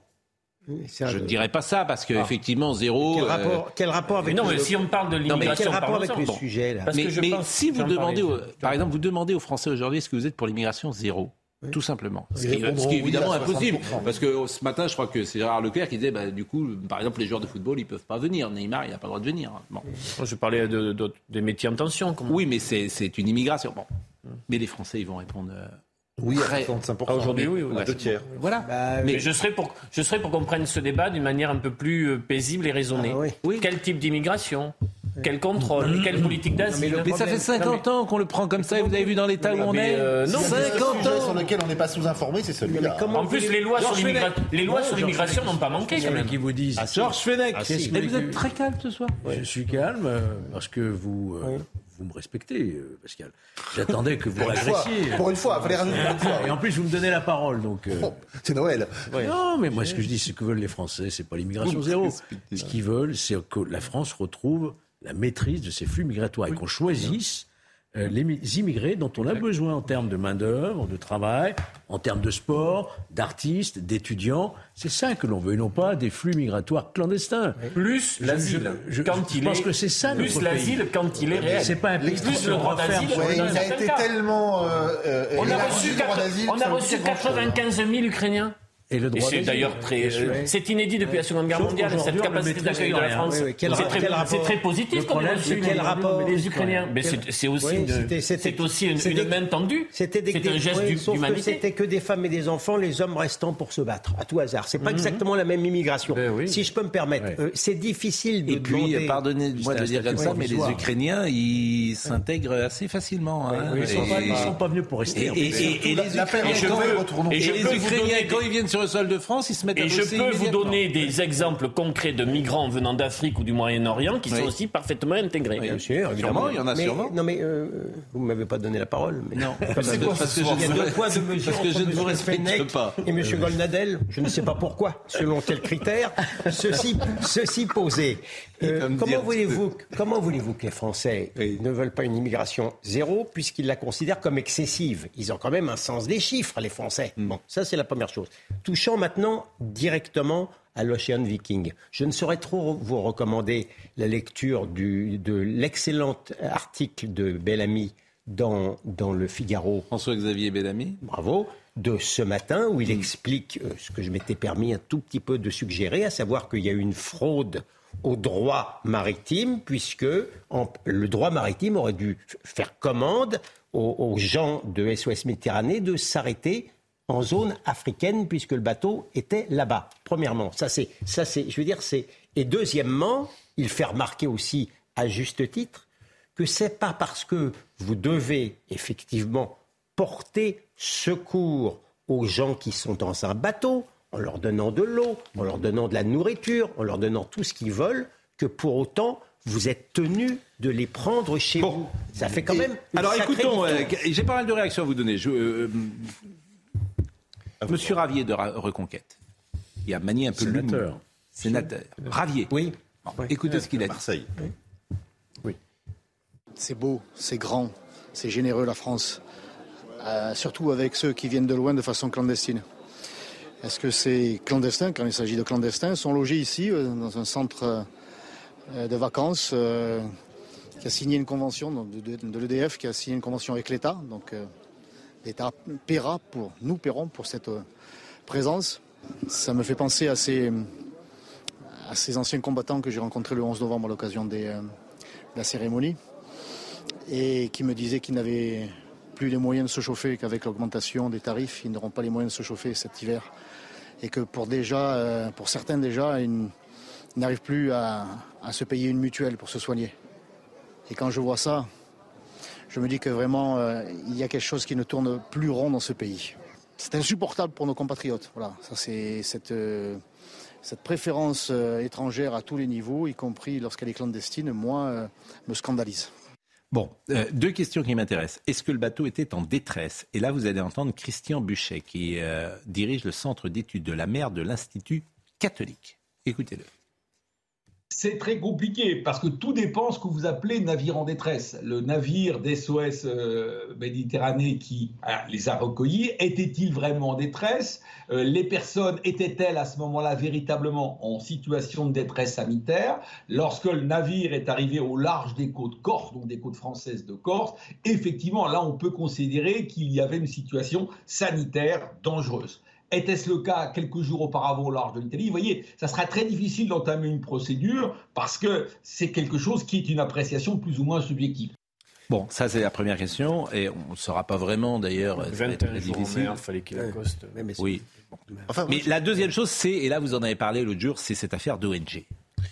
Je ne dirais pas ça parce qu'effectivement zéro. Quel rapport avec mais si on parle de l'immigration, quel rapport avec le sujet là? Mais si vous demandez, par exemple, vous demandez aux Français aujourd'hui, est-ce que vous êtes pour l'immigration zéro? Tout simplement. Ce qui est évidemment impossible. Parce que ce matin, je crois que c'est Gérard Leclerc qui disait, du coup, par exemple, les joueurs de football, ils ne peuvent pas venir. Neymar, il n'a pas le droit de venir. Bon. Je parlais des métiers en tension. Oui, mais c'est une immigration. Bon. Mais les Français, ils vont répondre... Oui, à 65%. Aujourd'hui, oui. On a 2 tiers. Voilà. Mais je serais pour qu'on prenne ce débat d'une manière un peu plus paisible et raisonnée. Quel type d'immigration ? Quel contrôle, quelle politique d'asile? Mais ça fait 50 ans qu'on le prend comme ça et vous avez vu dans l'état où on est. Non, 50 ans sur lequel on n'est pas sous-informé, c'est celui-là. En plus, les lois sur l'immigration n'ont pas manqué. Qui vous disent. Georges Fenech. Et vous êtes très calme ce soir. Je suis calme parce que vous me respectez, Pascal. J'attendais que vous l'agressiez. Pour une fois, il fallait rajouter une fois. Et en plus, vous me donnez la parole, donc. C'est Noël. Non, mais moi, ce que je dis, ce que veulent les Français, c'est pas l'immigration zéro. Ce qu'ils veulent, c'est que la France retrouve la maîtrise de ces flux migratoires et qu'on choisisse les immigrés dont on a besoin en termes de main-d'œuvre, de travail, en termes de sport, d'artistes, d'étudiants. C'est ça que l'on veut, et non pas des flux migratoires clandestins. Plus l'asile, quand il est. Je pense que c'est ça. Plus l'asile, quand il est réel. C'est pas un pays. Plus le droit d'asile. Il a été tellement. On a reçu 95 000 Ukrainiens. Et le droit c'est d'ailleurs c'est inédit depuis la Seconde Guerre mondiale, cette capacité d'accueil de la France. C'est très positif qu'on ait reçu les Ukrainiens. Mais c'est aussi une main tendue. C'est un geste d'humanité. C'était que des femmes et des enfants, les hommes restant pour se battre, à tout hasard. C'est pas exactement la même immigration. Si je peux me permettre, c'est difficile de demander... Et puis, pardonnez-moi de dire comme ça, mais les Ukrainiens, ils s'intègrent assez facilement. Ils sont pas venus pour rester. Et les Ukrainiens, quand ils viennent sur le sol de France, ils se mettent à bosser. Et je peux vous donner des exemples concrets de migrants venant d'Afrique ou du Moyen-Orient qui sont aussi parfaitement intégrés. Bien sûr, évidemment. Il y en a sûrement. Non, mais vous ne m'avez pas donné la parole. Mais non, parce que je ne vous respecte pas. Et M. Golnadel, je ne sais pas pourquoi, selon quels critères, ceci posé. Comment voulez-vous que les Français ne veulent pas une immigration zéro puisqu'ils la considèrent comme excessive? Ils ont quand même un sens des chiffres, les Français. Bon, ça c'est la première chose. Touchant maintenant directement à l'Ocean Viking, je ne saurais trop vous recommander la lecture de l'excellent article de Bellamy dans le Figaro. François-Xavier Bellamy. Bravo. De ce matin, où il explique ce que je m'étais permis un tout petit peu de suggérer, à savoir qu'il y a eu une fraude au droit maritime, puisque le droit maritime aurait dû faire commande aux gens de SOS Méditerranée de s'arrêter en zone africaine, puisque le bateau était là-bas. Premièrement, et deuxièmement, il fait remarquer aussi, à juste titre, que c'est pas parce que vous devez effectivement porter secours aux gens qui sont dans un bateau en leur donnant de l'eau, en leur donnant de la nourriture, en leur donnant tout ce qu'ils veulent, que pour autant, vous êtes tenu de les prendre chez vous. Ça fait quand même... Alors écoutons, j'ai pas mal de réactions à vous donner. Monsieur Ravier de Reconquête, il a manié un peu le sénateur. Ravier. Oui. Bon, écoutez ce qu'il a dit. Marseille. Oui. C'est beau, c'est grand, c'est généreux la France. Surtout avec ceux qui viennent de loin de façon clandestine. Est-ce que ces clandestins, quand il s'agit de clandestins, sont logés ici, dans un centre de vacances qui a signé une convention de l'EDF, qui a signé une convention avec l'État. Donc l'État nous paierons pour cette présence. Ça me fait penser à ces anciens combattants que j'ai rencontrés le 11 novembre à l'occasion de la cérémonie et qui me disaient qu'ils n'avaient plus les moyens de se chauffer, qu'avec l'augmentation des tarifs, ils n'auront pas les moyens de se chauffer cet hiver. Et que pour certains déjà, ils n'arrivent plus à se payer une mutuelle pour se soigner. Et quand je vois ça, je me dis que vraiment, il y a quelque chose qui ne tourne plus rond dans ce pays. C'est insupportable pour nos compatriotes. Voilà, ça c'est cette préférence étrangère à tous les niveaux, y compris lorsqu'elle est clandestine, moi, me scandalise. Bon, deux questions qui m'intéressent. Est-ce que le bateau était en détresse ? Et là, vous allez entendre Christian Buchet, qui dirige le Centre d'études de la mer de l'Institut catholique. Écoutez-le. C'est très compliqué parce que tout dépend ce que vous appelez navire en détresse. Le navire d'SOS Méditerranée qui les a recueillis, était-il vraiment en détresse ? Les personnes étaient-elles à ce moment-là véritablement en situation de détresse sanitaire ? Lorsque le navire est arrivé au large des côtes corses, donc des côtes françaises de Corse, effectivement là on peut considérer qu'il y avait une situation sanitaire dangereuse. Était-ce le cas quelques jours auparavant au large de l'Italie ? Vous voyez, ça sera très difficile d'entamer une procédure parce que c'est quelque chose qui est une appréciation plus ou moins subjective. Bon, ça c'est la première question et on ne saura pas vraiment d'ailleurs. 21 jours en mer, il fallait qu'il accoste. Oui. Mais la deuxième chose, c'est, et là vous en avez parlé l'autre jour, c'est cette affaire d'ONG.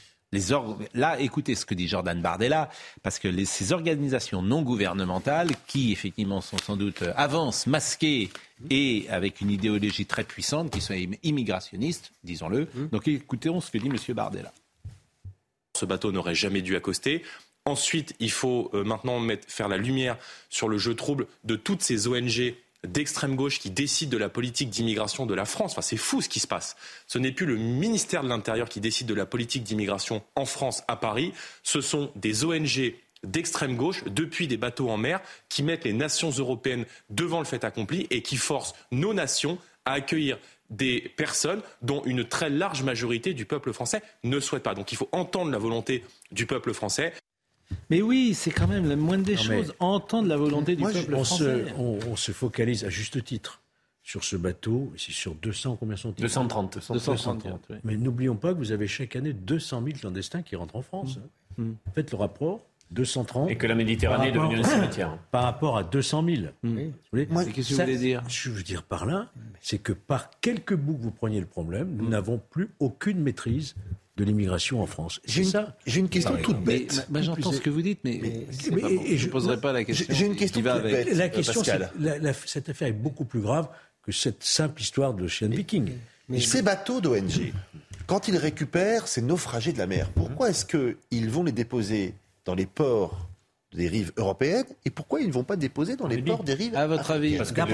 Là, écoutez ce que dit Jordan Bardella, parce que ces organisations non gouvernementales, qui effectivement sont sans doute avancent masquées et avec une idéologie très puissante, qui sont immigrationnistes, disons-le. Donc écoutez ce que dit M. Bardella. Ce bateau n'aurait jamais dû accoster. Ensuite, il faut maintenant faire la lumière sur le jeu trouble de toutes ces ONG d'extrême gauche qui décident de la politique d'immigration de la France. Enfin, c'est fou ce qui se passe. Ce n'est plus le ministère de l'Intérieur qui décide de la politique d'immigration en France, à Paris. Ce sont des ONG d'extrême gauche, depuis des bateaux en mer, qui mettent les nations européennes devant le fait accompli et qui forcent nos nations à accueillir des personnes dont une très large majorité du peuple français ne souhaite pas. Donc il faut entendre la volonté du peuple français. Mais oui, c'est quand même la moindre des choses, entendre la volonté du peuple français. On se focalise à juste titre sur ce bateau, c'est sur 200, combien sont-ils ? 230. Oui. Mais n'oublions pas que vous avez chaque année 200 000 clandestins qui rentrent en France. Faites le rapport, 230. Et que la Méditerranée est devenue un cimetière. Par rapport à 200 000. Qu'est-ce que vous voulez dire ? Je veux dire par là, c'est que par quelque bout que vous preniez le problème, nous n'avons plus aucune maîtrise de l'immigration en France. J'ai une question toute bête. J'entends ce que vous dites, mais je ne poserai pas la question. J'ai une question toute bête. La question, cette affaire est beaucoup plus grave que cette simple histoire de l'Ocean Viking. Mais ces bateaux d'ONG, quand ils récupèrent ces naufragés de la mer, pourquoi est-ce qu'ils vont les déposer dans les ports des rives européennes et pourquoi ils ne vont pas déposer dans les ports des rives à votre avis? Parce que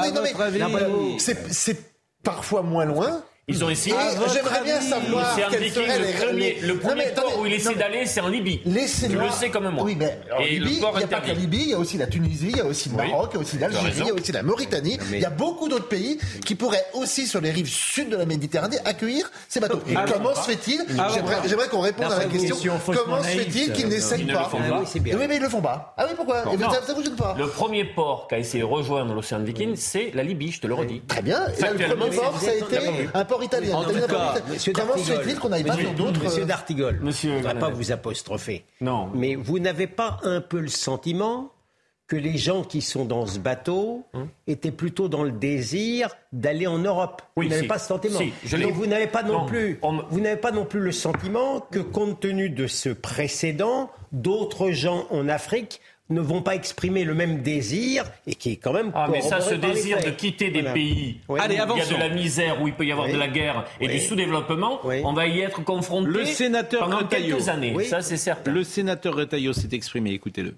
c'est parfois moins loin. Ils ont essayé. J'aimerais bien savoir quel serait le premier port où il essaie d'aller, c'est en Libye. Tu le sais comme moi. Oui, mais en Libye, il n'y a pas que la Libye, il y a aussi la Tunisie, il y a aussi le Maroc, il y a aussi l'Algérie, il y a aussi la Mauritanie. Il y a beaucoup d'autres pays qui pourraient aussi, sur les rives sud de la Méditerranée, accueillir ces bateaux. Et comment se fait-il, j'aimerais qu'on réponde à la question, comment se fait-il qu'ils n'essayent pas? Oui, mais ils ne le font pas. Ah oui, pourquoi? Ça vous gêne pas? Le premier port qu'a essayé de rejoindre l'Ocean Viking, c'est la Libye, je te le redis. Très bien. Le premier port, ça a été un port italien. En tout cas, Monsieur D'Artigol, je ne voudrais pas vous apostropher. Non. Mais vous n'avez pas un peu le sentiment que les gens qui sont dans ce bateau étaient plutôt dans le désir d'aller en Europe? Oui, vous n'avez pas ce sentiment. Donc vous n'avez pas non plus le sentiment que, compte tenu de ce précédent, d'autres gens en Afrique ne vont pas exprimer le même désir et qui est quand même... mais ça, ce désir de quitter des pays où il y a de la misère, où il peut y avoir de la guerre et du sous-développement, on va y être confronté pendant quelques années. Ça, c'est certain. Le sénateur Retailleau s'est exprimé, écoutez-le.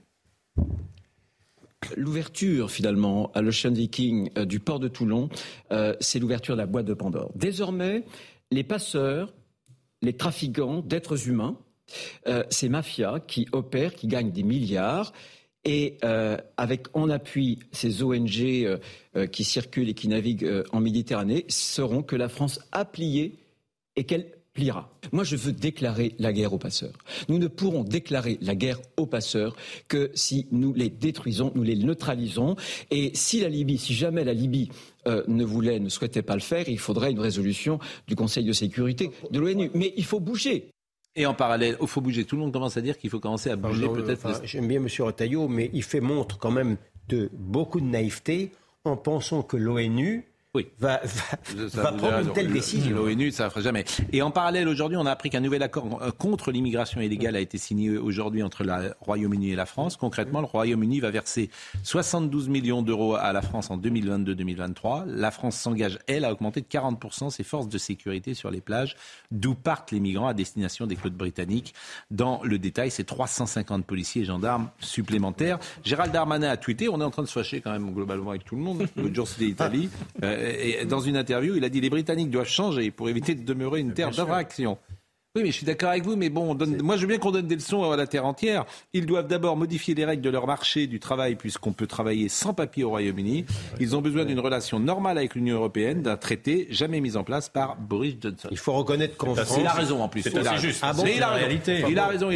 L'ouverture, finalement, à l'Ocean Viking du port de Toulon, c'est l'ouverture de la boîte de Pandore. Désormais, les passeurs, les trafiquants d'êtres humains, ces mafias qui opèrent, qui gagnent des milliards, et avec en appui ces ONG qui circulent et qui naviguent en Méditerranée, sauront que la France a plié et qu'elle pliera. Moi, je veux déclarer la guerre aux passeurs. Nous ne pourrons déclarer la guerre aux passeurs que si nous les détruisons, nous les neutralisons. Et si jamais la Libye ne souhaitait pas le faire, il faudrait une résolution du Conseil de sécurité de l'ONU. Mais il faut bouger. Et en parallèle, il faut bouger. Tout le monde commence à dire qu'il faut commencer à bouger peut-être. J'aime bien M. Retailleau, mais il fait montre quand même de beaucoup de naïveté en pensant que l'ONU va prendre une telle décision. L'ONU, ça ne fera jamais. Et en parallèle, aujourd'hui, on a appris qu'un nouvel accord contre l'immigration illégale a été signé aujourd'hui entre le Royaume-Uni et la France. Concrètement, le Royaume-Uni va verser 72 millions d'euros à la France en 2022-2023. La France s'engage, elle, à augmenter de 40% ses forces de sécurité sur les plages, d'où partent les migrants à destination des côtes britanniques. Dans le détail, c'est 350 policiers et gendarmes supplémentaires. Gérald Darmanin a tweeté, on est en train de se fâcher quand même globalement avec tout le monde. L'autre jour, c'était l'Italie. Et dans une interview, il a dit les Britanniques doivent changer pour éviter de demeurer une terre d'infraction. Oui, mais je suis d'accord avec vous, mais bon, moi je veux bien qu'on donne des leçons à la terre entière. Ils doivent d'abord modifier les règles de leur marché du travail, puisqu'on peut travailler sans papier au Royaume-Uni. Ils ont besoin d'une relation normale avec l'Union européenne, d'un traité jamais mis en place par Boris Johnson. Il faut reconnaître qu'en France... Il a raison en plus. C'est juste. Ah bon, mais il a raison.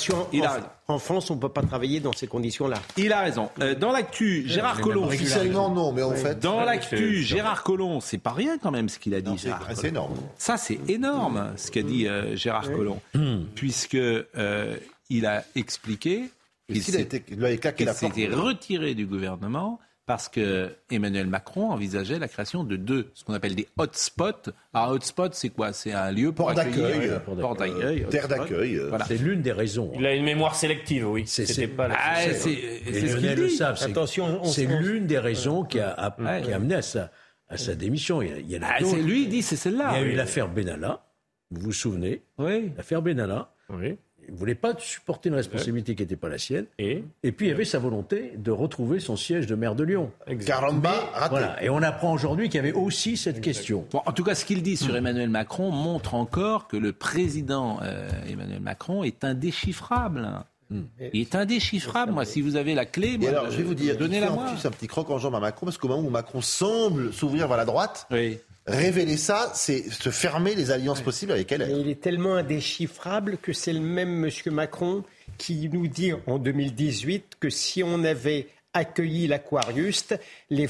En France, on ne peut pas travailler dans ces conditions-là. Il a raison. Dans l'actu, Gérard Collomb... Officiellement, non, mais en fait... Dans l'actu, Gérard Collomb, c'est pas rien quand même ce qu'il a dit. C'est énorme. Ça, c'est énorme ce qu'a dit Gérard Collomb. Puisque il a expliqué qu'il s'était retiré du gouvernement parce que Emmanuel Macron envisageait la création de ce qu'on appelle des hotspots. Un hotspot, c'est quoi ? C'est un lieu pour accueillir, port d'accueil, terre d'accueil. Voilà. C'est l'une des raisons. Il a une mémoire sélective, oui. C'est pas la c'est ce qu'il le savent. C'est l'une des raisons qui a amené à sa démission. Il y en a d'autres. Lui, il dit c'est celle-là. Il y a eu l'affaire Benalla. Vous vous souvenez ? Oui. L'affaire Benalla. Oui. Il ne voulait pas supporter une responsabilité qui n'était pas la sienne. Et puis il y avait sa volonté de retrouver son siège de maire de Lyon. Caramba, raté. Voilà. Et on apprend aujourd'hui qu'il y avait aussi cette question. Bon, en tout cas, ce qu'il dit sur Emmanuel Macron montre encore que le président Emmanuel Macron est indéchiffrable. Il est indéchiffrable. Moi, si vous avez la clé, moi, alors, je vais vous dire, donnez-la-moi. C'est un petit croc en jambe à Macron, parce qu'au moment où Macron semble s'ouvrir vers la droite... Oui. Révéler ça, c'est se fermer les alliances possibles avec elle. Il est tellement indéchiffrable que c'est le même M. Macron qui nous dit en 2018 que si on avait accueilli l'Aquarius, les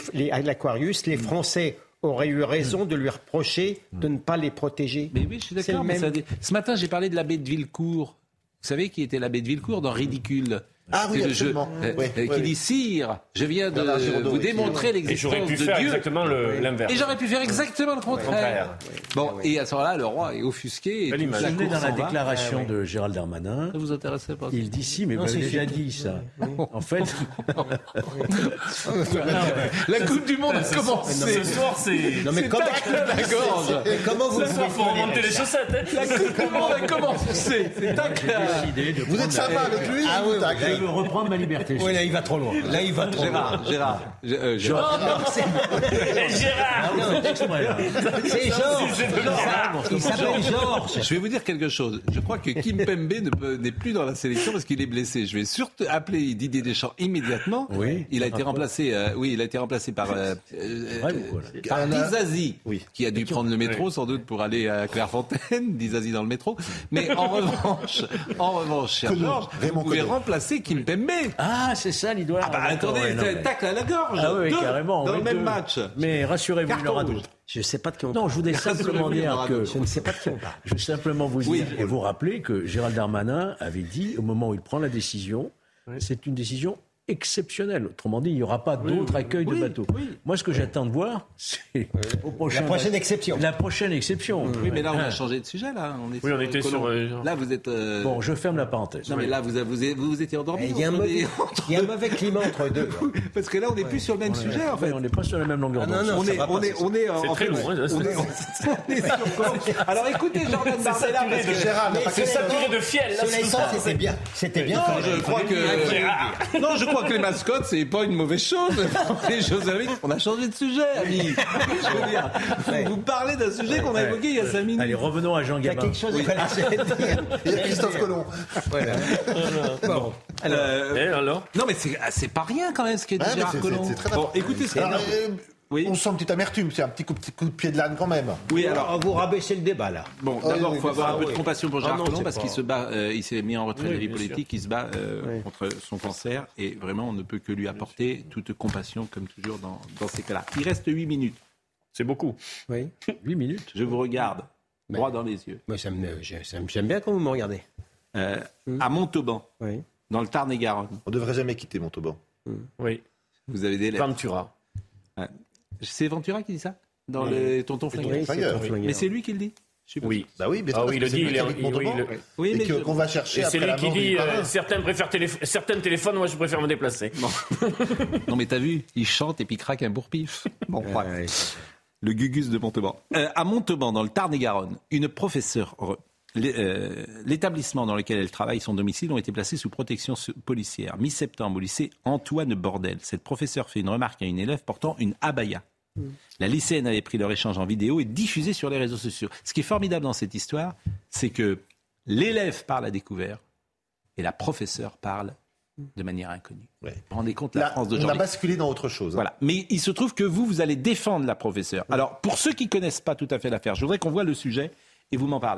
Français auraient eu raison de lui reprocher de ne pas les protéger. Mais oui, je suis d'accord. Ce matin, j'ai parlé de l'abbé de Villecourt. Vous savez qui était l'abbé de Villecourt dans Ridicule ? Ah oui, absolument. Qui dit Sire, je viens de vous démontrer l'existence de Dieu. Et j'aurais pu faire exactement l'inverse. Et j'aurais pu faire exactement le contraire. Bon, et à ce moment-là, le roi est offusqué. Vous vous souvenez dans la déclaration de Gérald Darmanin, ça vous intéressait pas ? Il dit si, mais vous avez déjà dit ça. En fait, la Coupe du Monde a commencé. Ce soir, c'est. Non mais comment la gorge. Comment vous faut remonter les chaussettes. La Coupe du Monde a commencé. C'est tac. Vous êtes sympa avec lui. Ah oui. Je veux reprendre ma liberté. Oui, là, il va trop loin. Gérard. C'est Georges. Il s'appelle Georges. Je vais vous dire quelque chose. Je crois que Kimpembe n'est plus dans la sélection parce qu'il est blessé. Je vais surtout appeler Didier Deschamps immédiatement. Oui. Il a été remplacé. Par Dizazi, qui a dû prendre le métro sans doute pour aller à Clairefontaine. Dizazi dans le métro. Mais en revanche, cher Georges, vous pouvez remplacer Kimpembe. Ah, c'est ça l'idole. Ah bah attendez, tacle à la gorge. Ah oui, carrément. Dans le même match. Mais rassurez-vous, il y en aura d'autres. Je ne sais pas de qui on parle. Non, je voudrais simplement dire que... Je ne sais pas de qui on parle. Je veux simplement vous dire et vous rappeler que Gérald Darmanin avait dit, au moment où il prend la décision, c'est une décision exceptionnel. Autrement dit, il n'y aura pas d'autre accueil de bateaux. Moi, ce que j'attends de voir, c'est la prochaine exception. La prochaine exception. Oui, mais là, on a changé de sujet. Là, on était sur. Là, vous êtes. Bon, je ferme la parenthèse. Non, mais là, vous étiez endormi. Il y a un mauvais climat entre deux. Parce que là, on n'est plus sur le même sujet, en fait. On n'est pas sur la même longueur d'onde. On est. C'est très long. On est sur quoi? Alors, écoutez, Jordan Bardella, parce que Gérard, c'est saturé de fiel. C'était bien. C'était bien. Non, je crois que. Non, je crois que les mascottes, c'est pas une mauvaise chose. Les Jeux Olympiques, on a changé de sujet, ami. Je veux dire, vous parlez d'un sujet qu'on a évoqué il y a 5 minutes. Allez, revenons à Jean Gabin. Il y a quelque chose à dire. Il y a Christophe Colomb. Voilà. Bon. Alors non, mais c'est pas rien quand même ce qu'a dit Gérard Collomb. C'est très bon, écoutez, oui. On sent une petite amertume, c'est un petit coup de pied de l'âne quand même. Oui, alors vous rabaissez le débat là. Bon, d'abord, il faut avoir un peu de compassion pour Gérard Collomb parce qu'il se bat, il s'est mis en retrait de la vie politique, il se bat contre son cancer et vraiment on ne peut que lui apporter toute compassion comme toujours dans ces cas-là. Il reste 8 minutes. C'est beaucoup. Oui. 8 minutes. Je vous regarde droit dans les yeux. Moi, j'aime bien quand vous me regardez. À Montauban, dans le Tarn-et-Garonne. On ne devrait jamais quitter Montauban. Oui. Vous avez des lettres. Ventura. C'est Ventura qui dit ça dans les Tontons Flingueurs. Mais c'est lui qui le dit. Oui. Bah oui, il le dit. Oui, mais qu'on va chercher. C'est lui qui dit certains téléphones, moi je préfère me déplacer. Non mais t'as vu, il chante et puis craque un bourre-pif. Bon, le Gugus de Montauban. À Montauban, dans le Tarn-et-Garonne, une professeure. L'établissement dans lequel elle travaille, son domicile, ont été placés sous protection policière. Mi-septembre, au lycée Antoine Bordel. Cette professeure fait une remarque à une élève portant une abaya. La lycéenne avait pris leur échange en vidéo et diffusé sur les réseaux sociaux. Ce qui est formidable dans cette histoire, c'est que l'élève parle à découvert et la professeure parle de manière inconnue. Vous vous rendez compte, la France d'aujourd'hui. On a basculé dans autre chose. Voilà. Mais il se trouve que vous allez défendre la professeure. Alors, pour ceux qui ne connaissent pas tout à fait l'affaire, je voudrais qu'on voit le sujet et vous m'en parlez.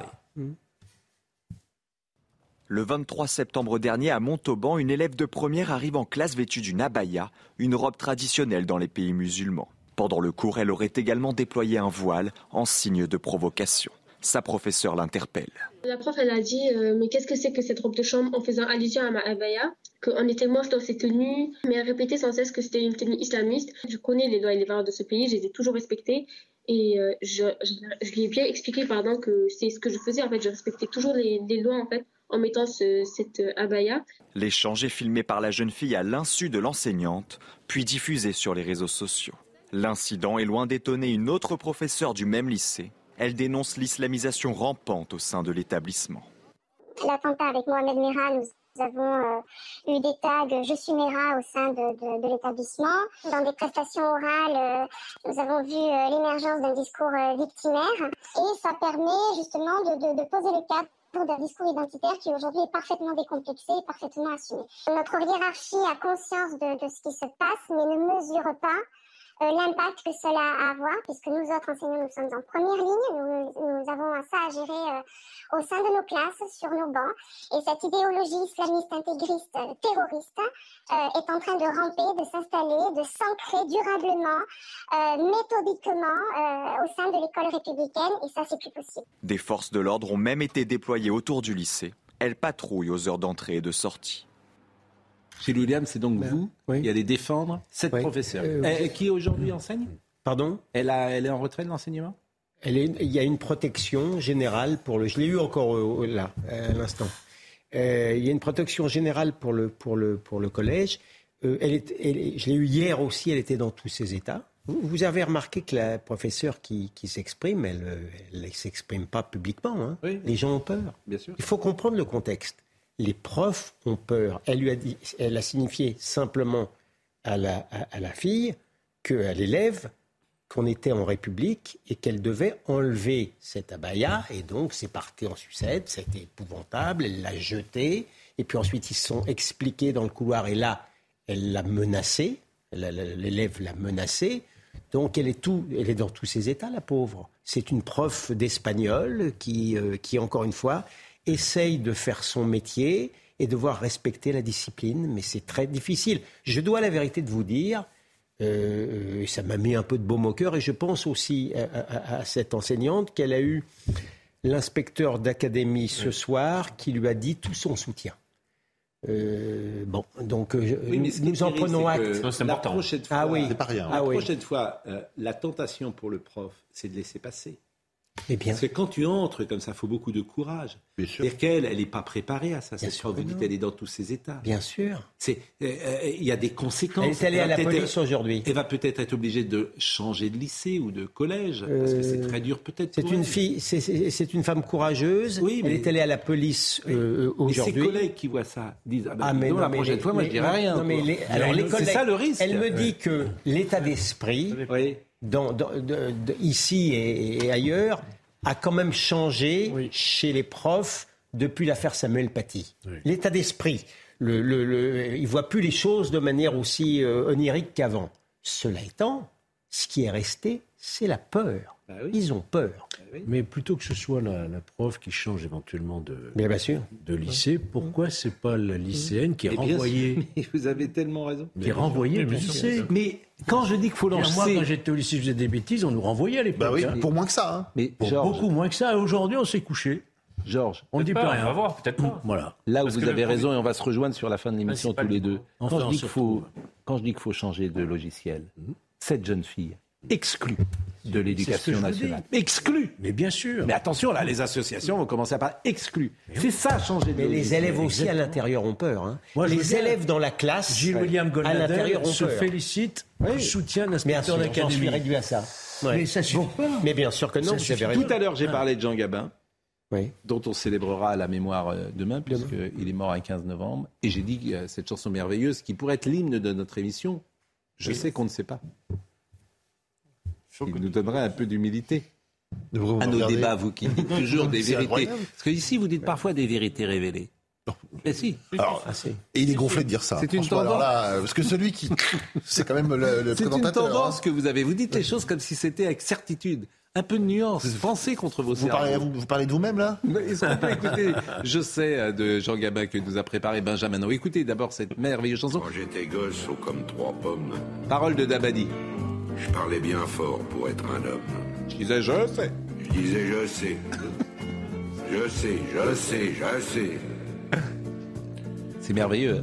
Le 23 septembre dernier, à Montauban, une élève de première arrive en classe vêtue d'une abaya, une robe traditionnelle dans les pays musulmans. Pendant le cours, elle aurait également déployé un voile en signe de provocation. Sa professeure l'interpelle. La prof, elle a dit mais qu'est-ce que c'est que cette robe de chambre en faisant allusion à ma abaya, qu'on était moche dans ces tenues, mais elle répétait sans cesse que c'était une tenue islamiste. Je connais les lois et les valeurs de ce pays, je les ai toujours respectées. Et je lui ai bien expliqué que c'est ce que je faisais. En fait, je respectais toujours les lois en fait, en mettant cette abaya. L'échange est filmé par la jeune fille à l'insu de l'enseignante, puis diffusé sur les réseaux sociaux. L'incident est loin d'étonner une autre professeure du même lycée. Elle dénonce l'islamisation rampante au sein de l'établissement. L'attentat avec Mohamed Merah, nous avons eu des tags « Je suis Merah » au sein de l'établissement. Dans des prestations orales, nous avons vu l'émergence d'un discours victimaire. Et ça permet justement de poser le cadre d'un discours identitaire qui aujourd'hui est parfaitement décomplexé et parfaitement assumé. Notre hiérarchie a conscience de ce qui se passe, mais ne mesure pas l'impact que cela a à avoir, puisque nous autres enseignants, nous sommes en première ligne, nous avons ça à gérer au sein de nos classes, sur nos bancs, et cette idéologie islamiste, intégriste, terroriste est en train de ramper, de s'installer, de s'ancrer durablement, méthodiquement au sein de l'école républicaine, et ça c'est plus possible. Des forces de l'ordre ont même été déployées autour du lycée. Elles patrouillent aux heures d'entrée et de sortie. Gilles William, c'est donc vous qui allez défendre cette professeure qui aujourd'hui enseigne. Pardon ? Elle est en retrait de l'enseignement ? Il y a une protection générale pour le... Je l'ai eu encore là, à l'instant. Il y a une protection générale pour le collège. Je l'ai eu hier aussi, elle était dans tous ses états. Vous avez remarqué que la professeure qui s'exprime, elle ne s'exprime pas publiquement. Hein. Oui. Les gens ont peur. Bien sûr. Il faut comprendre le contexte. Les profs ont peur. Elle a signifié simplement à la fille, à l'élève, qu'on était en République et qu'elle devait enlever cette abaya. Et donc, c'est parti en sucette. C'était épouvantable. Elle l'a jeté. Et puis ensuite, ils se sont expliqués dans le couloir. Et là, elle l'a menacée. L'élève l'a menacée. Donc, elle est dans tous ses états, la pauvre. C'est une prof d'espagnol qui encore une fois, essaye de faire son métier et devoir respecter la discipline, mais c'est très difficile. Je dois la vérité de vous dire, ça m'a mis un peu de baume au cœur, et je pense aussi à cette enseignante qu'elle a eu l'inspecteur d'académie ce soir qui lui a dit tout son soutien. Donc nous en prenons acte. La prochaine fois, c'est pas rien. La prochaine fois, la tentation pour le prof, c'est de laisser passer. Bien. Parce que quand tu entres comme ça, il faut beaucoup de courage. C'est-à-dire qu'elle n'est pas préparée à ça. Cette prof, vous dites, elle est dans tous ses états. Bien sûr. Il y a des conséquences. Elle est allée à la police aujourd'hui. Elle va peut-être être obligée de changer de lycée ou de collège, parce que c'est très dur peut-être pour elle. C'est une femme courageuse. Oui, mais... Elle est allée à la police aujourd'hui. Mais ses collègues qui voient ça disent, la prochaine fois, moi je dirai rien. C'est ça le risque. Elle me dit que l'état d'esprit... ici et ailleurs, a quand même changé chez les profs depuis l'affaire Samuel Paty. L'état d'esprit, ils ne voient plus les choses de manière aussi onirique qu'avant. Cela étant, ce qui est resté, c'est la peur. Ils ont peur. Mais plutôt que ce soit la prof qui change éventuellement de lycée, pourquoi c'est pas la lycéenne qui est renvoyée? Vous avez tellement raison. Qui est renvoyée du lycée. Mais quand je dis qu'il faut lancer... Moi, quand j'étais au lycée, je faisais des bêtises, on nous renvoyait à l'époque. Pour moins que ça. Mais beaucoup moins que ça. Et aujourd'hui, on s'est couché. Georges, on ne dit plus rien. On va voir, peut-être pas. Voilà. Là où vous avez raison, et on va se rejoindre sur la fin de l'émission tous les deux. Quand je dis qu'il faut changer de logiciel, cette jeune fille exclue de l'éducation nationale. Exclue. Mais bien sûr. Mais attention, là, les associations vont commencer à parler exclue. C'est ça, changer de logiciel. Mais les élèves aussi à l'intérieur ont peur. Hein. Moi, les élèves dans la classe, Gilles-William Goldnadel se félicite du soutien d'inspecteur d'académie. J'en suis réduit à ça. Mais ça suffit pas. Mais bien sûr que non. Vous avez raison. Tout à l'heure, j'ai parlé de Jean Gabin. Dont on célébrera la mémoire demain, puisqu'il est mort un 15 novembre. Et j'ai dit cette chanson merveilleuse qui pourrait être l'hymne de notre émission. Je sais qu'on ne sait pas. Il nous donnerait un peu d'humilité à nos débats, vous qui dites toujours des vérités. Parce que ici, vous dites parfois des vérités révélées. Mais si. Alors, et il est gonflé de dire ça. C'est une tendance. Parce que celui qui... C'est quand même le c'est présentateur. C'est une tendance que vous avez. Vous dites les choses comme si c'était avec certitude. Un peu de nuance. Pensez contre vos cerveaux. Vous parlez de vous-même, là? Écoutez, je sais de Jean Gabin que nous a préparé Benjamin. Non, écoutez d'abord cette merveilleuse chanson. Quand j'étais gosse, haut comme 3 pommes. Parole de Dabadi. Je parlais bien fort pour être un homme. Je disais, je sais. Je disais, je sais. Je sais, je sais, je sais. C'est merveilleux, hein?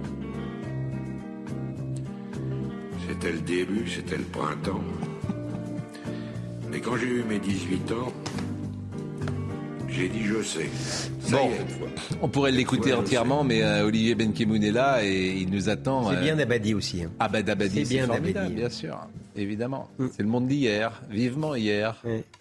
C'était le début, c'était le printemps. Mais quand j'ai eu mes 18 ans, j'ai dit je sais. Ça y est, cette fois. On pourrait l'écouter entièrement, mais Olivier Benkemoun est là et il nous attend. C'est bien Dabadi aussi. Hein. Ah ben Dabadi, c'est formidable, Dabadi, bien sûr, évidemment. C'est le monde d'hier, vivement hier.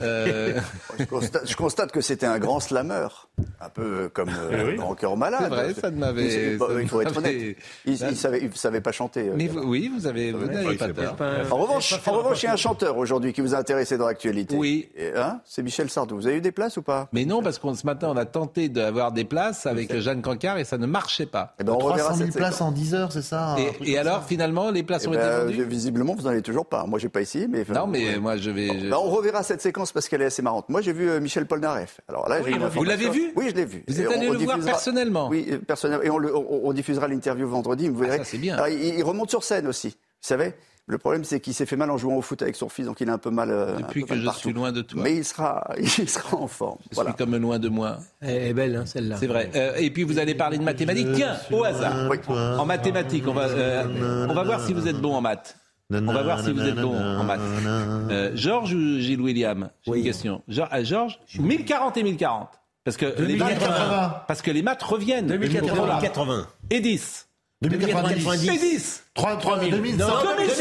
Je constate que c'était un grand slameur, un peu comme Grand Cœur Malade. C'est vrai, ça ne m'avait... Il faut être honnête, il savait pas chanter. Mais oui, vous n'avez pas tort. En revanche, il y a un chanteur aujourd'hui qui vous a intéressé dans l'actualité. Oui. C'est Michel Sardou. Vous avez eu des places ou pas? Mais non, parce que ce matin, on a tenté d'avoir des places avec Jeanne Cancard et ça ne marchait pas. 300 000 places en 10 heures, c'est ça? Et alors, finalement, les places ont été vendues? Visiblement, vous n'en avez toujours pas. Moi, j'ai pas ici. Mais non, mais moi, je vais... on reverra cette séquence parce qu'elle est assez marrante. Moi, j'ai vu Michel Polnareff. Alors là, vous l'avez vu? Oui, je l'ai vu. Vous êtes allé le voir personnellement? Oui, personnellement. Et on diffusera l'interview vendredi. Vous verrez. Ça, c'est bien. Alors, il remonte sur scène aussi. Vous savez? Le problème, c'est qu'il s'est fait mal en jouant au foot avec son fils, donc il est un peu mal. Depuis que je suis loin de toi. Mais il sera en forme. Je suis comme loin de moi. Elle est belle, hein, celle-là. C'est vrai. Et puis vous allez parler de mathématiques. Tiens, au hasard. Oui. En mathématiques, on va voir si vous êtes bon en maths. On va voir si vous êtes bon en maths. Georges ou Gilles William? J'ai une question. Georges, 1040 et 1040. Parce que les maths reviennent. 2080. Et 10. 2090. Et 10. 2100. 2100.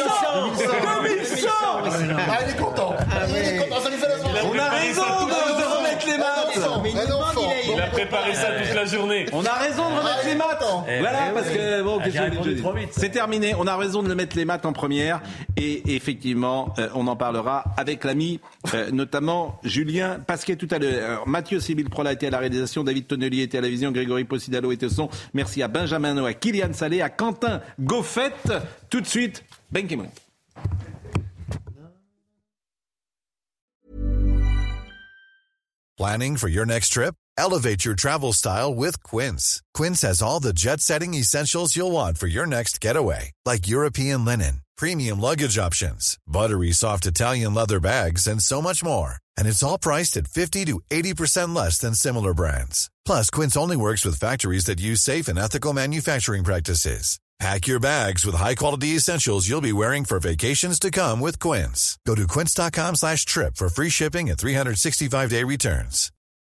Il est content. Ça lui fait la soirée. On a raison de remettre les maths. Il a préparé ça toute la journée. On a raison de remettre les maths. Voilà, parce que c'est terminé. On a raison de mettre les maths en première. Et effectivement, on en parlera avec l'ami, notamment Julien Pasquet tout à l'heure. Mathieu Sibyl Prola était à la réalisation, David Tonnelier était à la vision, Grégory Possidalo était au son. Merci à Benjamin Noë, à Kylian Salé, à Quentin Goffette. Tout de suite, Ben Kimon. Planning for your next trip? Elevate your travel style with Quince. Quince has all the jet-setting essentials you'll want for your next getaway, like European linen, premium luggage options, buttery soft Italian leather bags, and so much more. And it's all priced at 50 to 80% less than similar brands. Plus, Quince only works with factories that use safe and ethical manufacturing practices. Pack your bags with high-quality essentials you'll be wearing for vacations to come with Quince. Go to quince.com/trip for free shipping and 365-day returns.